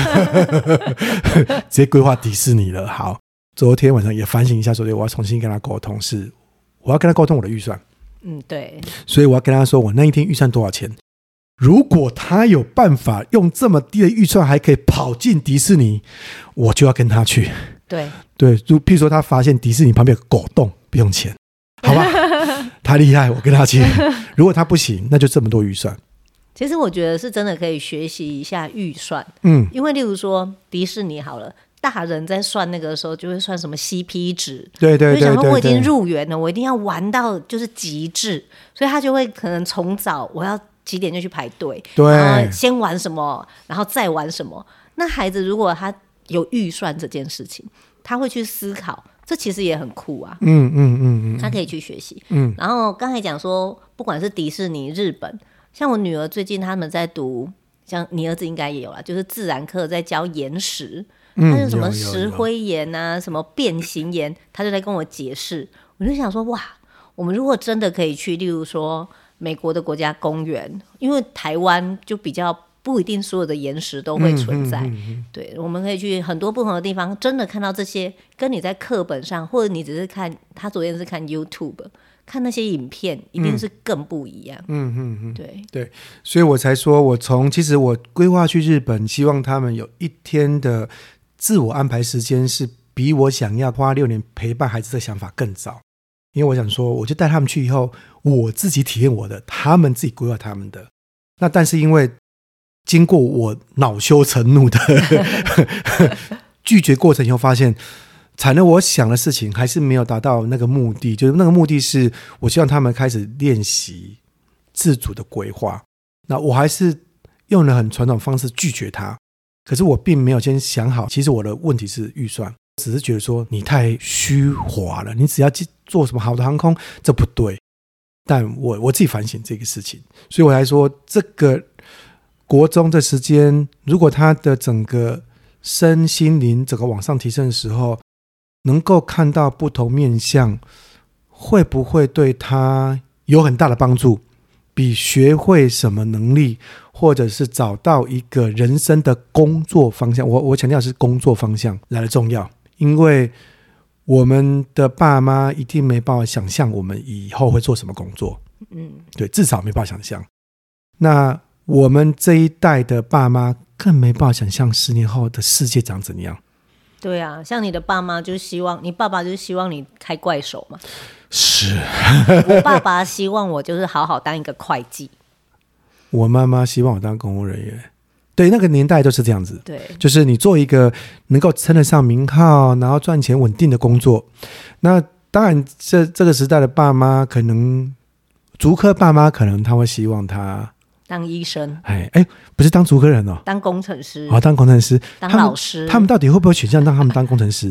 直接规划迪士尼了。好，昨天晚上也反省一下，所以我要重新跟他沟通，是我要跟他沟通我的预算。 嗯，对， 所以我要跟他说，我那一天预算多少钱？如果他有办法用这么低的预算还可以跑进迪士尼，我就要跟他去。 对对，就譬如说他发现迪士尼旁边有狗洞，不用钱，好吧？他厉害，我跟他去。如果他不行，那就这么多预算。 其实我觉得是真的可以学习一下预算， 嗯， 因为例如说迪士尼好了，大人在算那个的时候就会算什么 C P 值， 对对对对对， 就想说我已经入园了，我一定要玩到就是极致，所以他就会可能从早我要几点就去排队， 对， 然后先玩什么，然后再玩什么。那孩子如果他有预算这件事情，他会去思考，这其实也很酷啊。 嗯嗯嗯嗯， 他可以去学习。 嗯， 然后刚才讲说，不管是迪士尼、日本，像我女儿最近他们在读，像你儿子应该也有啦，就是自然课在教岩石， 嗯， 他是什么石灰岩啊，什么变形岩，他就在跟我解释。我就想说，哇，我们如果真的可以去，例如说美国的国家公园，因为台湾就比较不一定所有的岩石都会存在，嗯嗯嗯嗯，对，我们可以去很多不同的地方，真的看到这些跟你在课本上，或者你只是看他昨天是看 YouTube 看那些影片，一定是更不一样。 嗯嗯嗯， 对对，所以我才说我从其实我规划去日本，希望他们有一天的自我安排时间是比我想要花六年陪伴孩子的想法更早。因为我想说，我就带他们去以后，我自己体验我的，他们自己规划他们的。那但是因为经过我恼羞成怒的拒绝过程以后，发现产了我想的事情还是没有达到那个目的，就是那个目的是我希望他们开始练习自主的规划。那我还是用了很传统的方式拒绝他，可是我并没有先想好，其实我的问题是预算，只是觉得说你太虚华了，你只要做什么好的航空，这不对。但我我自己反省这个事情，所以我来说，这个国中的时间，如果他的整个身心灵整个往上提升的时候，能够看到不同面向，会不会对他有很大的帮助？比学会什么能力，或者是找到一个人生的工作方向，我我强调是工作方向来的重要，因为我们的爸妈一定没办法想象我们以后会做什么工作，嗯，对，至少没办法想象。那我们这一代的爸妈更没办法想象十年后的世界长怎样。 对啊，像你的爸妈就希望你爸爸就希望你开怪手嘛， 是我爸爸希望我就是好好当一个会计， 我妈妈希望我当公务人员。对，那个年代都是这样子， 对， 就是你做一个能够称得上名号，然后赚钱稳定的工作。那当然这这个时代的爸妈可能竹科爸妈可能他会希望他当医生， 哎哎，不是当竹科人哦， 当工程师， 哦，当工程师， 当老师， 他们，他们到底会不会选项让他们当工程师？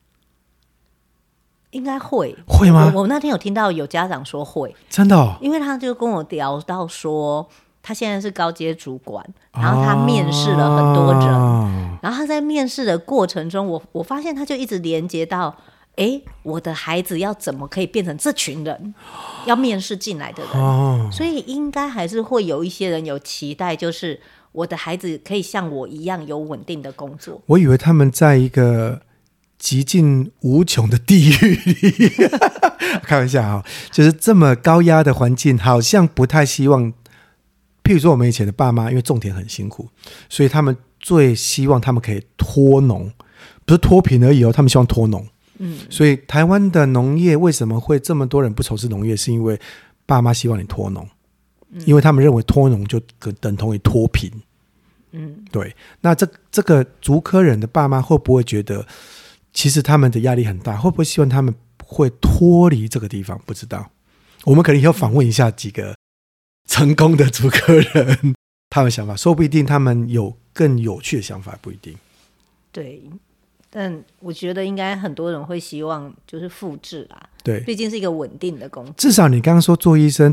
应该会， 会吗？ 我, 我那天有听到有家长说会， 真的哦， 因为他就跟我聊到说，他现在是高阶主管，然后他面试了很多人，哦，然后他在面试的过程中，我我发现他就一直连接到，哎，我的孩子要怎么可以变成这群人要面试进来的人，哦，所以应该还是会有一些人有期待，就是我的孩子可以像我一样有稳定的工作。 我以为他们在一个极尽无穷的地狱里开玩笑啊，就是这么高压的环境，好像不太希望。譬如说我们以前的爸妈因为种田很辛苦，所以他们最希望他们可以脱农，不是脱贫而已哦，他们希望脱农，嗯，所以台湾的农业为什么会这么多人不从事农业，是因为爸妈希望你脱农，嗯，因为他们认为脱农就等同于脱贫，嗯，对。那这这个竹科人的爸妈会不会觉得其实他们的压力很大，会不会希望他们会脱离这个地方？不知道，我们可能以后访问一下几个成功的竹科人，他们想法，说不定他们有更有趣的想法，不一定。 对，但我觉得应该很多人会希望就是复制啦， 对， 毕竟是一个稳定的工作。 至少你刚刚说做医生，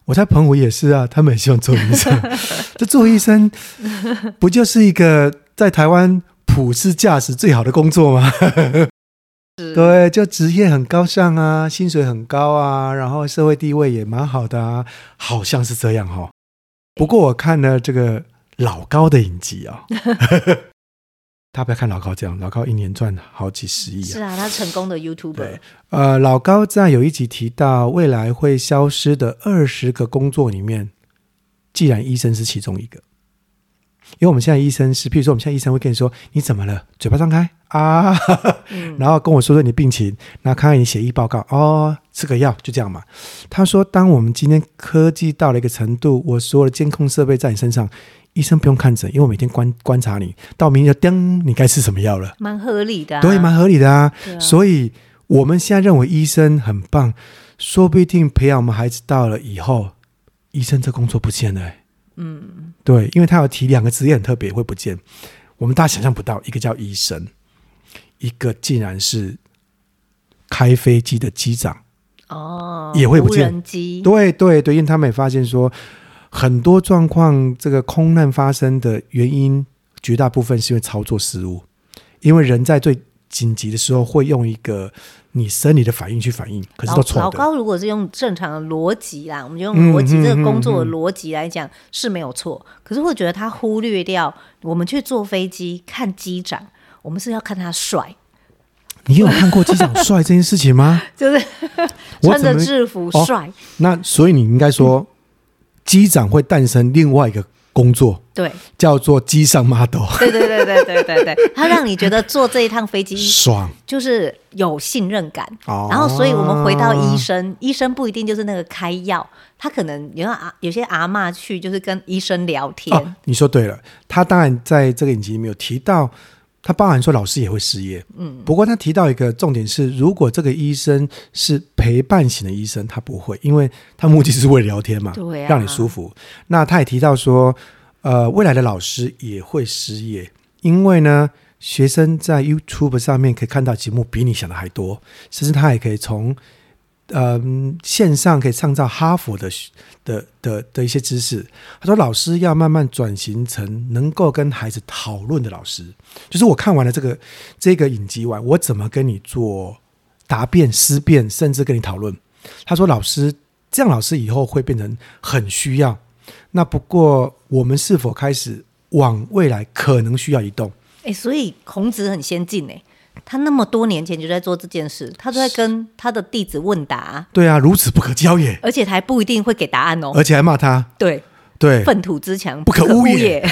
我在澎湖也是啊，他们也希望做医生。这做医生不就是一个在台湾普世价值最好的工作吗？对，就职业很高尚啊，薪水很高啊，然后社会地位也蛮好的啊，好像是这样哦。不过我看了这个老高的影集啊、哦，他不要看老高这样，老高一年赚好几十亿啊。 是啊，他成功的 YouTuber。 对，呃，老高在有一集提到未来会消失的二十个工作里面，既然医生是其中一个。因为我们现在医生是，譬如说我们现在医生会跟你说你怎么了，嘴巴张开啊、嗯、然后跟我说说你的病情，然后看看你血液报告，哦，吃个药，就这样嘛。他说当我们今天科技到了一个程度，我所有的监控设备在你身上，医生不用看诊，因为我每天 观, 观察你，到明天就叮，你该吃什么药了， 蛮合理的、啊、 对，蛮合理的 啊, 啊。 所以我们现在认为医生很棒，说不定培养我们孩子到了以后，医生这工作不见了、欸、嗯，对，因为他有提两个职业很特别会不见，我们大家想象不到，一个叫医生，一个竟然是开飞机的机长哦， 也会不见， 无人机， 对对对，因为他们也发现说很多状况这个空难发生的原因绝大部分是因为操作失误，因为人在最紧急的时候会用一个你生理的反应去反应，可是都错的。 老高如果是用正常的逻辑啦，我们就用逻辑、嗯、这个工作的逻辑来讲、嗯、是没有错，可是会觉得他忽略掉我们去坐飞机看机长，我们是要看他帅。 你有看过机长帅这件事情吗？ 就是穿着制服帅、哦、 那所以你应该说、嗯、机长会诞生另外一个工作， 对， 叫做机上 model。 对对对对对对对，他让你觉得坐这一趟飞机爽， 就是有信任感、哦、然后所以我们回到医生，医生不一定就是那个开药，他可能有有些阿嬷去就是跟医生聊天、哦、 你说对了，他当然在这个影集里面有提到，他包含说老师也会失业，嗯，不过他提到一个重点是，如果这个医生是陪伴型的医生，他不会，因为他目的是为了聊天嘛， 对啊， 让你舒服。那他也提到说，呃，未来的老师也会失业，因为呢，学生在 YouTube 上面可以看到节目比你想的还多，甚至他也可以从呃线上可以创造哈佛的的的的一些知识。他说老师要慢慢转型成能够跟孩子讨论的老师，就是我看完了这个这个影集完，我怎么跟你做答辩思辨，甚至跟你讨论。他说老师这样，老师以后会变成很需要，那不过我们是否开始往未来可能需要移动？ 欸、所以孔子很先进、欸、他那么多年前就在做这件事，他都在跟他的弟子问答。对啊，如此不可教也， 而且还不一定会给答案哦， 而且还骂他。 对对， 粪土之墙不可污也。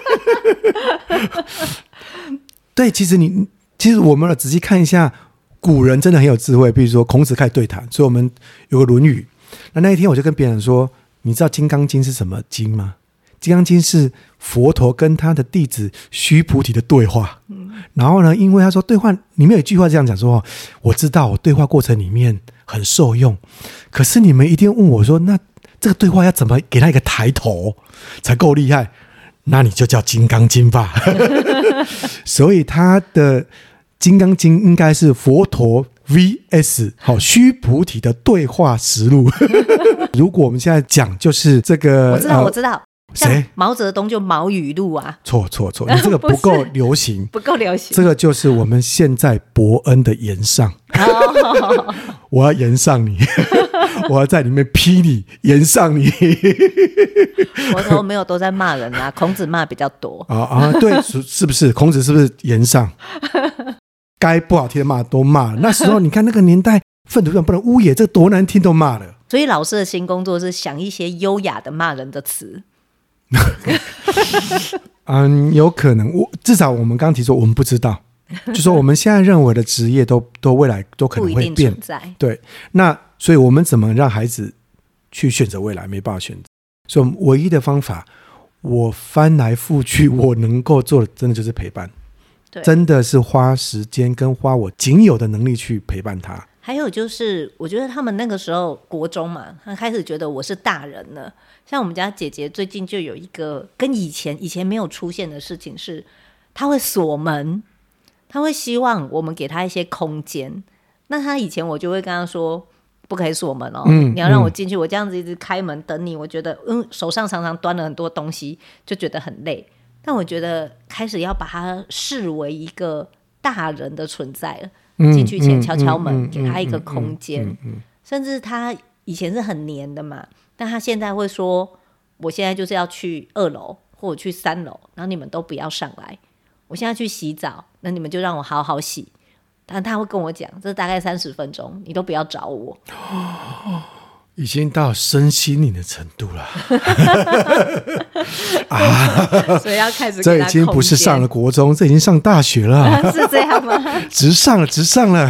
对，其实你其实我们仔细看一下，古人真的很有智慧。比如说孔子开始对谈，所以我们有个《论语》。那那一天我就跟别人说，你知道《金刚经》是什么经吗？金刚经是佛陀跟他的弟子须菩提的对话、嗯、然后呢，因为他说对话里面有一句话这样讲说，我知道我对话过程里面很受用，可是你们一定问我说，那这个对话要怎么给他一个抬头才够厉害？那你就叫金刚经吧。所以他的金刚经应该是佛陀 V S 好须菩提的对话实录。如果我们现在讲就是这个， 我知道、呃、我知道， 谁？ 毛泽东就毛语录啊。 错错错，你这个不够流行。 不够流行， 这个就是我们现在伯恩的言上。oh. 我要言上你。我要在里面批你，言上你。 我都没有都在骂人啊，孔子骂比较多。 啊啊，对，是不是？孔子是不是言上？该不好听的骂都骂了。那时候你看那个年代，粪土上不能污也，这多难听都骂了。 所以老师的新工作是想一些优雅的骂人的词。 嗯，有可能，我至少我们刚刚提说，我们不知道，就说我们现在认为的职业都都未来都可能会变， 不一定存在。 对，那所以我们怎么让孩子去选择未来？没办法选择，所以唯一的方法，我翻来覆去，我能够做的，真的就是陪伴。对，真的是花时间跟花我仅有的能力去陪伴他。 还有就是我觉得他们那个时候国中嘛，他开始觉得我是大人了。像我们家姐姐最近就有一个跟以前以前没有出现的事情是，她会锁门，她会希望我们给她一些空间。那她以前我就会跟她说， 不可以锁门哦，嗯、你要让我进去、嗯，我这样子一直开门等你，我觉得嗯，手上常常端了很多东西，就觉得很累。但我觉得开始要把它视为一个大人的存在了，嗯、进去前敲敲门、嗯，给他一个空间、嗯嗯嗯嗯，甚至他以前是很黏的嘛，但他现在会说，我现在就是要去二楼或者去三楼，然后你们都不要上来，我现在去洗澡，那你们就让我好好洗。但他会跟我讲，这大概三十分钟，你都不要找我。 哦，已经到身心灵的程度了啊！所以要开始给他空间， 这已经不是上了国中，这已经上大学了。 是这样吗？ 直上了，直上了，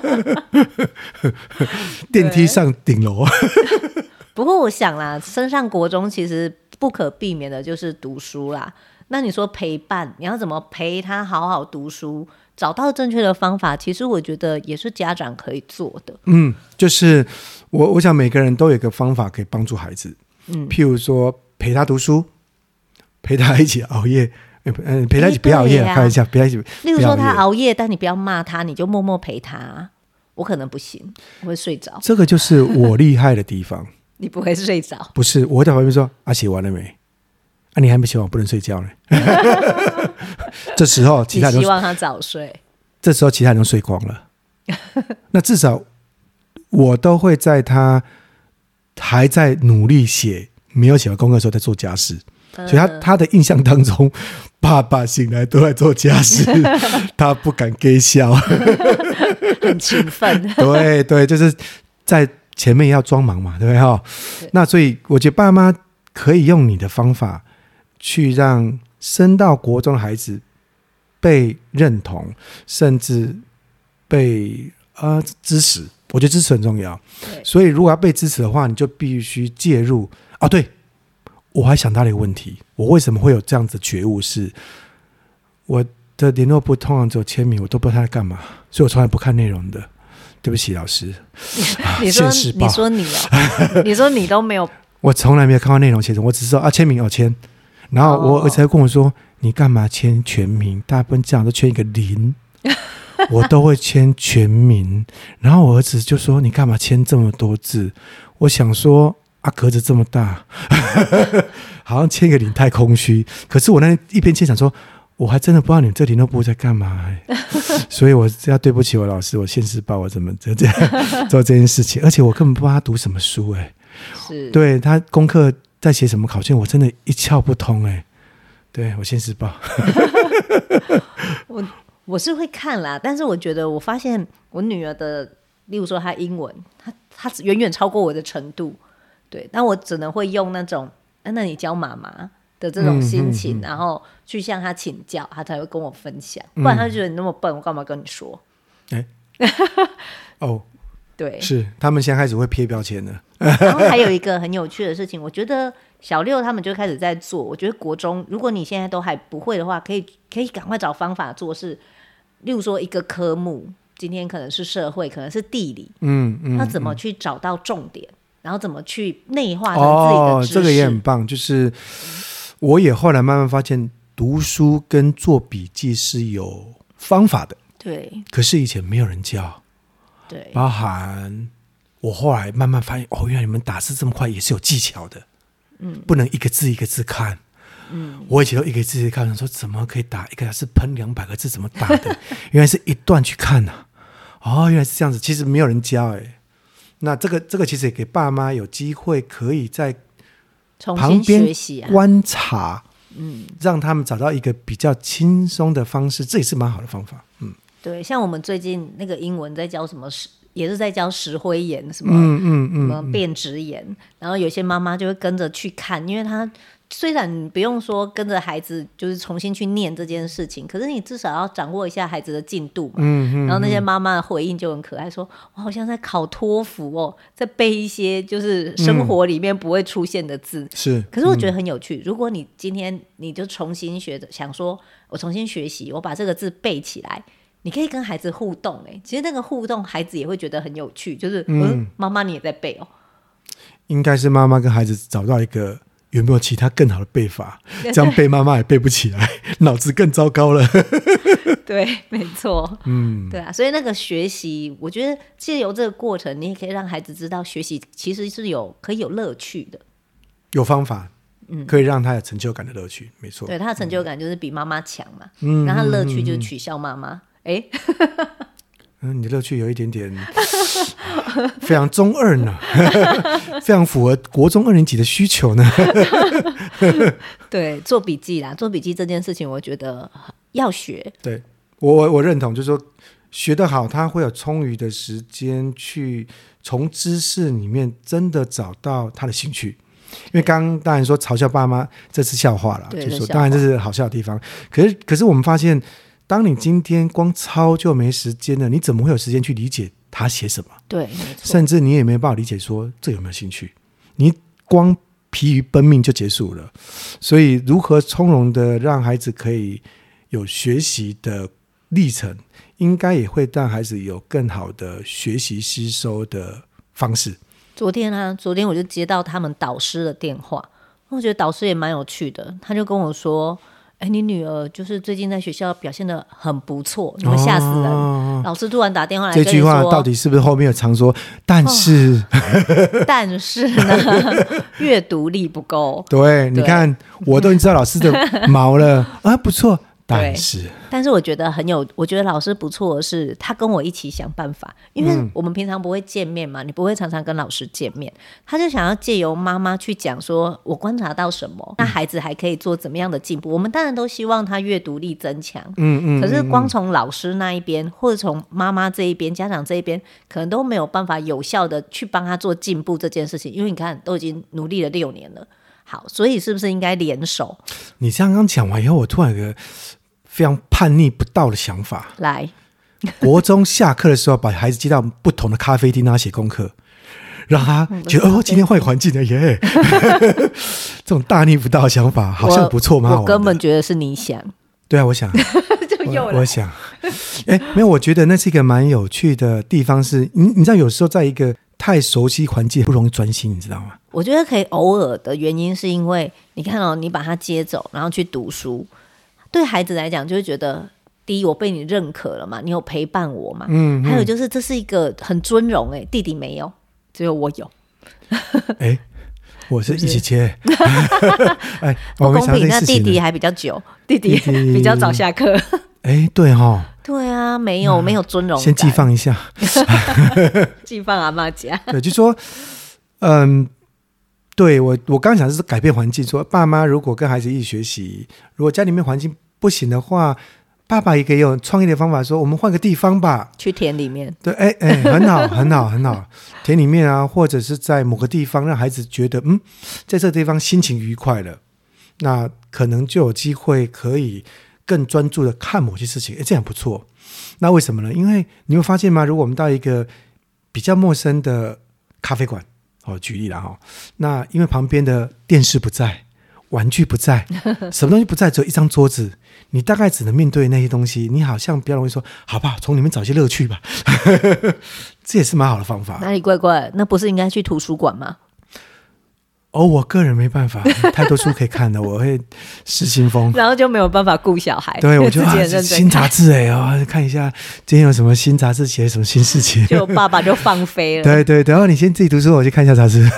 电梯上顶楼。 不过我想啦，升上国中其实不可避免的就是读书啦。那你说陪伴，你要怎么陪他好好读书？找到正确的方法，其实我觉得也是家长可以做的。嗯， 就是我我想每个人都有一个方法可以帮助孩子。嗯，譬如说陪他读书，陪他一起熬夜，嗯，陪他一起不要熬夜，开玩笑，不要一起。 例如说他熬夜，但你不要骂他，你就默默陪他。我可能不行，我会睡着。 这个就是我厉害的地方。 你不会睡着？ 不是，我会在旁边说：“啊，写完了没？啊，你还没写完，不能睡觉呢。”这时候其他人都你希望他早睡， 这时候其他人都睡光了。那至少我都会在他还在努力写没有写完功课的时候在做家事，嗯、所以他他的印象当中，爸爸醒来都在做家事，他不敢给笑， 很勤奋。 对对，就是在前面要装忙嘛，对不对哈？那所以我觉得爸妈可以用你的方法去让升到国中的孩子被认同，甚至被、呃、支持。我觉得支持很重要，所以如果要被支持的话，你就必须介入啊。对，我还想到了一个问题，我为什么会有这样子的觉悟，是我的联络簿通常只有签名，我都不知道他在干嘛，所以我从来不看内容的。对不起老师， 你说你说你哦，你说你都没有， 我从来没有看到内容写什么，我只是说啊签名哦签，然后我儿子还跟我说、哦、你干嘛签全名，大部分这样都签一个零，我都会签全名，然后我儿子就说你干嘛签这么多字，我想说啊格子这么大好像签一个零太空虚，可是我那一边签想说我还真的不知道你们这联络簿在干嘛、欸、所以我要对不起我老师，我现实报我怎么这样做这件事情，而且我根本不知道他读什么书、欸、是对他功课在写什么考卷，我真的一窍不通、欸、对我现实报我我是会看啦，但是我觉得我发现我女儿的，例如说她英文，她她远远超过我的程度，对，但我只能会用那种、啊、那你教妈妈的这种心情、嗯嗯嗯、然后去向他请教，他才会跟我分享，不然他就觉得你那么笨、嗯、我干嘛跟你说、欸、 哦对， 是他们现在开始会贴标签了然后还有一个很有趣的事情，我觉得小六他们就开始在做，我觉得国中如果你现在都还不会的话，可以可以赶快找方法做，是例如说一个科目，今天可能是社会，可能是地理，嗯嗯，他怎么去找到重点，然后怎么去内化成自己的知识、哦、 这个也很棒，就是我也后来慢慢发现读书跟做笔记是有方法的， 对， 可是以前没有人教， 对， 包含我后来慢慢发现哦，原来你们打字这么快也是有技巧的，嗯，不能一个字一个字看，嗯，我以前都一个字一个字看，说怎么可以打一个小时喷两百个字怎么打的原来是一段去看啊，哦，原来是这样子，其实没有人教哎，那这个这个其实也给爸妈有机会可以在旁边观察，嗯，让他们找到一个比较轻松的方式，这也是蛮好的方法。嗯， 对，像我们最近那个英文在教什么，也是在教石灰岩，什么嗯嗯嗯什么变质岩，然后有些妈妈就会跟着去看，因为她虽然你不用说跟着孩子就是重新去念这件事情，可是你至少要掌握一下孩子的进度嘛。嗯嗯。然后那些妈妈的回应就很可爱，说我好像在考托福哦，在背一些就是生活里面不会出现的字。嗯、是。可是我觉得很有趣，如果你今天你就重新学，想说我重新学习，我把这个字背起来，你可以跟孩子互动。哎，其实那个互动孩子也会觉得很有趣，就是嗯，妈妈你也在背哦。 应该是妈妈跟孩子找到一个有没有其他更好的背法？这样背妈妈也背不起来，脑子更糟糕了。 对，没错。嗯，对啊，所以那个学习，我觉得借由这个过程，你也可以让孩子知道，学习其实是有可以有乐趣的，有方法，嗯，可以让他有成就感的乐趣，没错。 对，他的成就感就是比妈妈强嘛，嗯，然后他乐趣就是取笑妈妈。哎、嗯， 嗯，你的乐趣有一点点非常中二呢，非常符合国中二年级的需求呢。 对，做笔记啦，做笔记这件事情，我觉得要学。 对，我我认同，就是说学得好，他会有充裕的时间去从知识里面真的找到他的兴趣。因为刚刚当然说嘲笑爸妈，这是笑话啦，就是说当然这是好笑的地方。可是可是我们发现，当你今天光抄就没时间了，你怎么会有时间去理解他写什么？ 对， 甚至你也没有办法理解说这有没有兴趣，你光疲于奔命就结束了。所以如何从容的让孩子可以有学习的历程，应该也会让孩子有更好的学习吸收的方式。 昨天啊，昨天我就接到他们导师的电话，我觉得导师也蛮有趣的，他就跟我说，哎，你女儿就是最近在学校表现得很不错，你们吓死人、哦、老师突然打电话来跟你说， 这句话到底是不是后面有常说但是、 哦、但是呢阅读力不够。 对，你看我都已经知道老师的毛了啊，不错，但是但是我觉得很有，我觉得老师不错的是他跟我一起想办法，因为我们平常不会见面嘛、嗯、你不会常常跟老师见面，他就想要借由妈妈去讲说我观察到什么，那孩子还可以做怎么样的进步、嗯、我们当然都希望他阅读力增强，嗯嗯，可是光从老师那一边或者从妈妈这一边家长这一边可能都没有办法有效的去帮他做进步这件事情，因为你看都已经努力了六年了。好，所以是不是应该联手？ 你这样刚讲完以后，我突然有个非常叛逆不道的想法。 来， 国中下课的时候把孩子接到不同的咖啡厅让他写功课，让他觉得、嗯、哦，今天换环境了耶。这种大逆不道的想法好像不错，蛮好玩的。 我根本觉得是你想。 对啊，我想就又我, 我想哎，没有，我觉得那是一个蛮有趣的地方是，你你知道有时候在一个太熟悉环境不容易专心，你知道吗？ 我觉得可以偶尔的原因是因为你看哦，你把他接走然后去读书，对孩子来讲就会觉得第一我被你认可了嘛，你有陪伴我嘛，嗯，还有就是这是一个很尊荣，哎，弟弟没有，只有我有。哎， 我是一起接。 哎，不公平，那弟弟还比较久，弟弟比较早下课。 哎，对齁， 对啊，没有、嗯、没有尊荣感， 先寄放一下。 寄放阿嬷家。 对，就说嗯，对，我我刚刚讲的是改变环境，说爸妈如果跟孩子一起学习，如果家里面环境不行的话，爸爸也可以有创意的方法，说我们换个地方吧， 去田里面。 对，哎哎，很好很好很好，田里面啊，或者是在某个地方让孩子觉得嗯，在这个地方心情愉快了，那可能就有机会可以更专注的看某些事情，哎，这样不错。那为什么呢？因为你会发现吗？如果我们到一个比较陌生的咖啡馆，哦，举例啦哈，那因为旁边的电视不在，玩具不在，什么东西不在，只有一张桌子，你大概只能面对那些东西，你好像比较容易说，好吧，从里面找些乐趣吧。这也是蛮好的方法。 哪里怪怪？那不是应该去图书馆吗？ 哦，我个人没办法，太多书可以看了，我会失心疯， 然后就没有办法顾小孩。 对，我就啊，新杂志哎、欸、哦，看一下今天有什么新杂志写什么新事情， 就爸爸就放飞了。 对对对，然后你先自己读书，我去看一下杂志。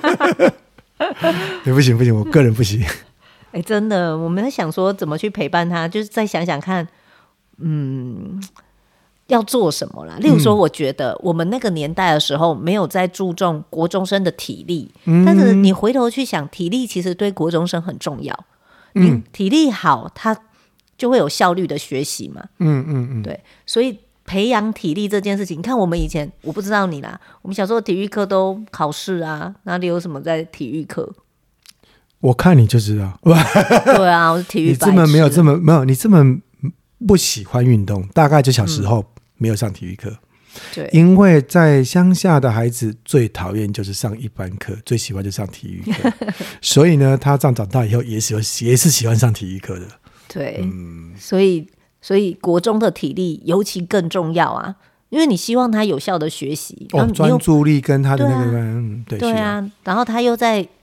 对，不行不行，我个人不行。 哎，真的，我们在想说怎么去陪伴他，就是再想想看，嗯。要做什么啦？例如说我觉得我们那个年代的时候没有在注重国中生的体力、嗯、但是你回头去想，体力其实对国中生很重要、嗯、你体力好他就会有效率的学习嘛，嗯嗯嗯，对，所以培养体力这件事情，你看我们以前，我不知道你啦，我们小时候体育课都考试啊，哪里有什么在体育课？ 我看你就知道。 对啊，我是体育白痴。 你这么没有这么没有你这么不喜欢运动，大概就小时候、嗯没有上体育课，对，因为在乡下的孩子最讨厌就是上一般课，最喜欢就上体育课。所以呢，他这样长大以后也是也是喜欢上体育课的。对，嗯， 所以所以国中的体力尤其更重要啊，因为你希望他有效的学习， 哦，专注力跟他的那个，对、啊、 对啊，然后他又在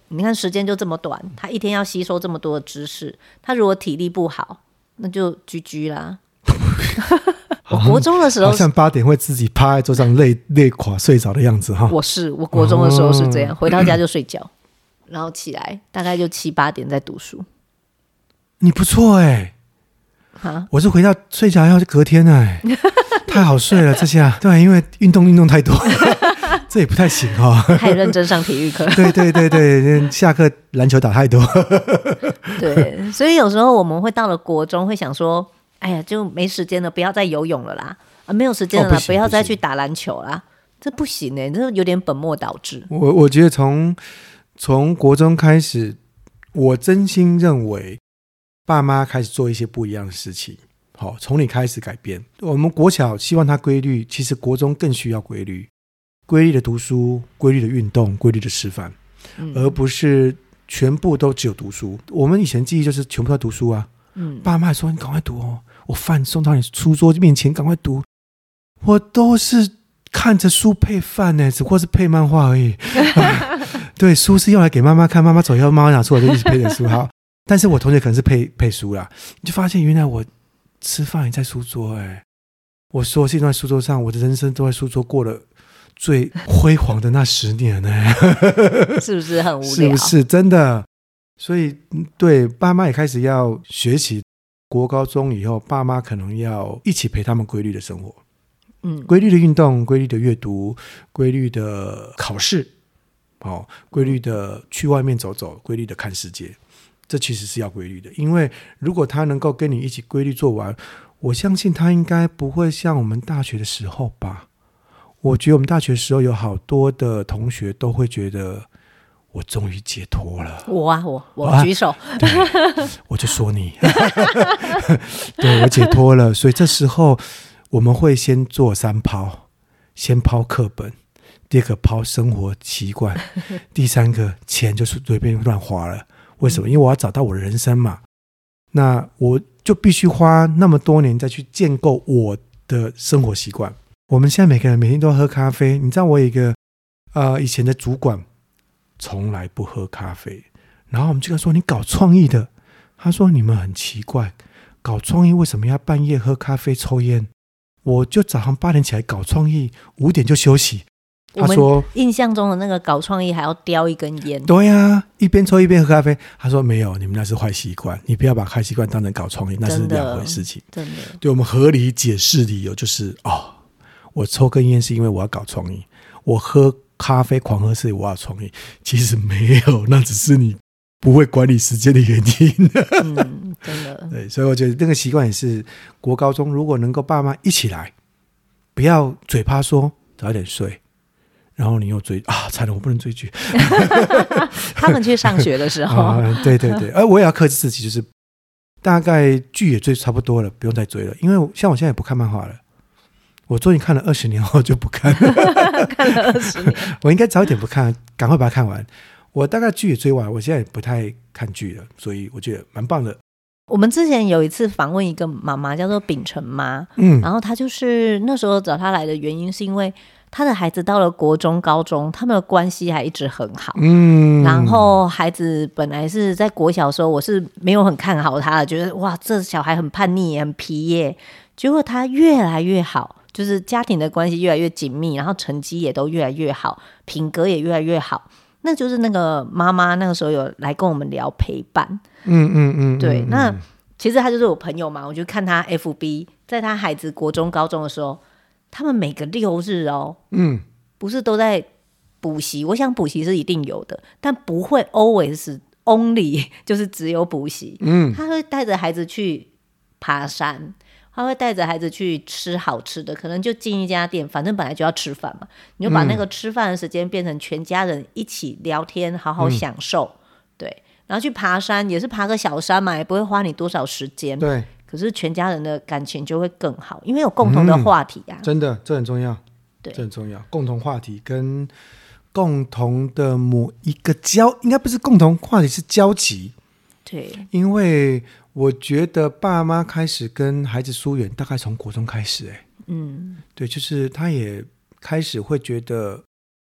你看时间就这么短，他一天要吸收这么多的知识，他如果体力不好，那就 G G 啦。我国中的时候好像八点会自己趴在桌上累累垮睡着的样子哈。 我是我国中的时候是这样，哦、回到家就睡觉，然后起来大概就七八点在读书。 你不错哎、欸，我是回到睡觉要隔天哎、欸，太好睡了这下。对，因为运动运动太多，这也不太行哦。 太认真上体育课。 对对对对，下课篮球打太多。 对，所以有时候我们会到了国中会想说。哎呀，就没时间了，不要再游泳了啦！啊，没有时间了啦、哦、不, 不要再去打篮球啦！这不行哎、欸，这有点本末倒置。 我我觉得从从国中开始，我真心认为爸妈开始做一些不一样的事情。好，从你开始改变。我们国小希望它规律，其实国中更需要规律，规律的读书，规律的运动，规律的吃饭、嗯，而不是全部都只有读书。我们以前记忆就是全部都读书啊。嗯，爸妈说你赶快读哦，我饭送到你书桌面前，赶快读。我都是看着书配饭呢，只不过是配漫画而已。啊、对，书是用来给妈妈看，妈妈走以后，妈妈拿出来就一直配着书。好，但是我同学可能是配配书啦，你就发现原来我吃饭也在书桌哎，我所有事情都在书桌上，我的人生都在书桌过了最辉煌的那十年呢， 是不是很无聊？ 是不是真的？所以对爸妈也开始要学习，国高中以后爸妈可能要一起陪他们规律的生活，嗯，规律的运动，规律的阅读，规律的考试、哦、规律的去外面走走，规律的看世界，这其实是要规律的。因为如果他能够跟你一起规律做完，我相信他应该不会像我们大学的时候吧。我觉得我们大学的时候有好多的同学都会觉得我终于解脱了。 我啊，我我举手， 啊、我就说你，对，我解脱了。所以这时候我们会先做三抛，先抛课本，第二个抛生活习惯，第三个钱就是随便乱花了。为什么？因为我要找到我的人生嘛。那我就必须花那么多年再去建构我的生活习惯。我们现在每个人每天都喝咖啡，你知道我有一个呃以前的主管。从来不喝咖啡，然后我们就跟他说你搞创意的，他说你们很奇怪，搞创意为什么要半夜喝咖啡抽烟？我就早上八点起来搞创意，五点就休息。他说我们印象中的那个搞创意还要叼一根烟。 对啊，一边抽一边喝咖啡。他说没有，你们那是坏习惯，你不要把坏习惯当成搞创意，那是两回事情。 真的， 对，我们合理解释理由就是哦，我抽根烟是因为我要搞创意，我喝咖啡狂喝是我要创意，其实没有，那只是你不会管理时间的原因。 嗯，真的。 对，所以我觉得那个习惯也是国高中如果能够爸妈一起来，不要嘴巴说早点睡，然后你又追啊，惨了，我不能追剧。 他们去上学的时候， 啊、对对对，而我也要克制自己，就是大概剧也追差不多了，不用再追了，因为像我现在也不看漫画了。我终于看了二十年后就不看了。 看了二十年， 我应该早一点不看，赶快把它看完。我大概剧也追完，我现在也不太看剧了，所以我觉得蛮棒的。 我们之前有一次访问一个妈妈，叫做秉承妈，嗯，然后她就是那时候找她来的原因是因为她的孩子到了国中、高中，他们的关系还一直很好，嗯，然后孩子本来是在国小的时候，我是没有很看好他的，觉得哇，这小孩很叛逆，很皮耶，结果他越来越好。就是家庭的关系越来越紧密，然后成绩也都越来越好，品格也越来越好。那就是那个妈妈那个时候有来跟我们聊陪伴，嗯嗯嗯，对。那其实他就是我朋友嘛，我就看他 F B， 在他孩子国中、高中的时候，他们每个六日哦，嗯，不是都在补习。我想补习是一定有的，但不会 always only 就是只有补习。嗯，他会带着孩子去爬山。他会带着孩子去吃好吃的，可能就进一家店，反正本来就要吃饭嘛，你就把那个吃饭的时间变成全家人一起聊天，好好享受、嗯、对。然后去爬山也是爬个小山嘛，也不会花你多少时间， 对。 可是全家人的感情就会更好，因为有共同的话题啊、嗯、 真的，这很重要，对，这很重要。共同话题跟共同的某一个交，应该不是共同话题，是交集。 对， 因为我觉得爸妈开始跟孩子疏远大概从国中开始、欸、嗯，对，就是他也开始会觉得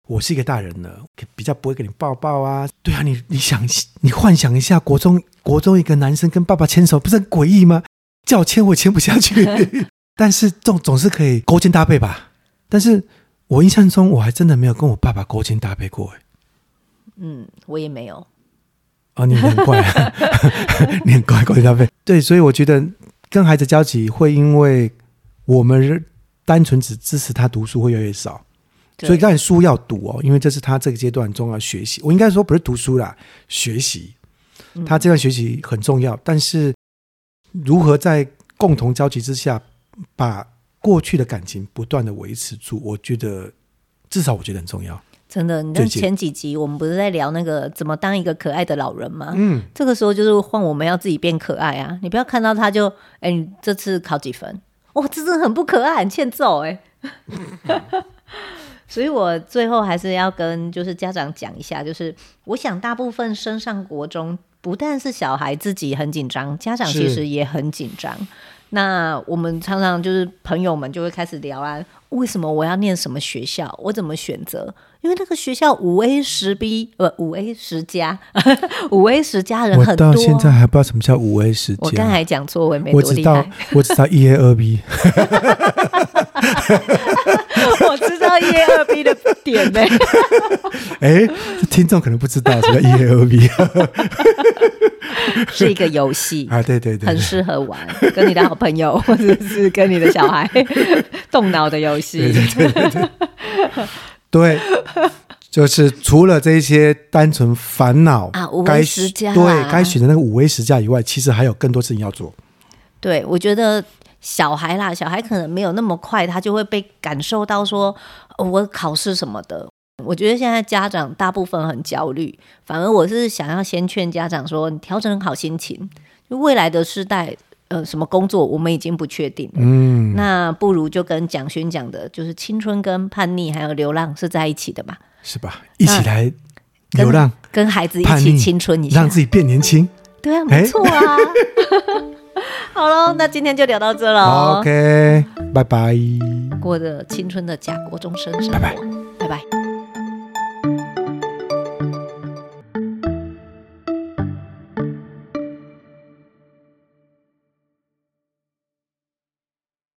我是一个大人了，比较不会给你抱抱啊。对啊，你你想你幻想一下，国中国中一个男生跟爸爸牵手，不是很诡异吗？叫我牵我牵不下去，但是总总是可以勾肩搭背吧。但是我印象中我还真的没有跟我爸爸勾肩搭背过。 嗯，我也没有。 哦，你很怪、啊，你很怪，勾肩搭背。对，所以我觉得跟孩子交集会因为我们单纯只支持他读书会越来越少。所以当然书要读哦，因为这是他这个阶段很重要的学习。我应该说不是读书啦，学习。他这段学习很重要，但是如何在共同交集之下把过去的感情不断的维持住，我觉得至少我觉得很重要。真的， 你在前几集我们不是在聊那个怎么当一个可爱的老人吗？嗯，这个时候就是换我们要自己变可爱啊！你不要看到他就，哎，你这次考几分？哇，这真的很不可爱，很欠揍哎、欸。所以我最后还是要跟就是家长讲一下，就是我想大部分升上国中，不但是小孩自己很紧张，家长其实也很紧张。那我们常常就是朋友们就会开始聊啊，为什么我要念什么学校，我怎么选择？因为那个学校五 A 十 B 呃五 A 十加五 A 十加人很多， 我到现在还不知道什么叫五 A 十加。 我刚才讲错，我也没多厉害。 我知道我知道一 A 二 B 我知道一 A 二 B 的点呢、欸。 哎，听众可能不知道什么叫一 A 二 B 是一个游戏啊，对对 对, 对， 很适合玩，跟你的好朋友或者是跟你的小孩动脑的游戏。 对对对 对, 对，就是除了这些单纯烦恼啊，五 A 十加、啊， 对，该选的那个五 A 十加以外，其实还有更多事情要做。 对，我觉得小孩啦，小孩可能没有那么快，他就会被感受到说，哦、我考试什么的。我觉得现在家长大部分很焦虑，反而我是想要先劝家长说，你调整好心情，就未来的世代，呃，什么工作我们已经不确定了，嗯，那不如就跟蒋勋讲的，就是青春跟叛逆还有流浪是在一起的嘛， 是吧？一起来流浪， 跟, 跟孩子一起青春一下， 让自己变年轻。 对啊，没错啊。好咯，那今天就聊到这了。 OK， 拜拜。 过着青春的假国中生生活， 拜拜， 拜拜。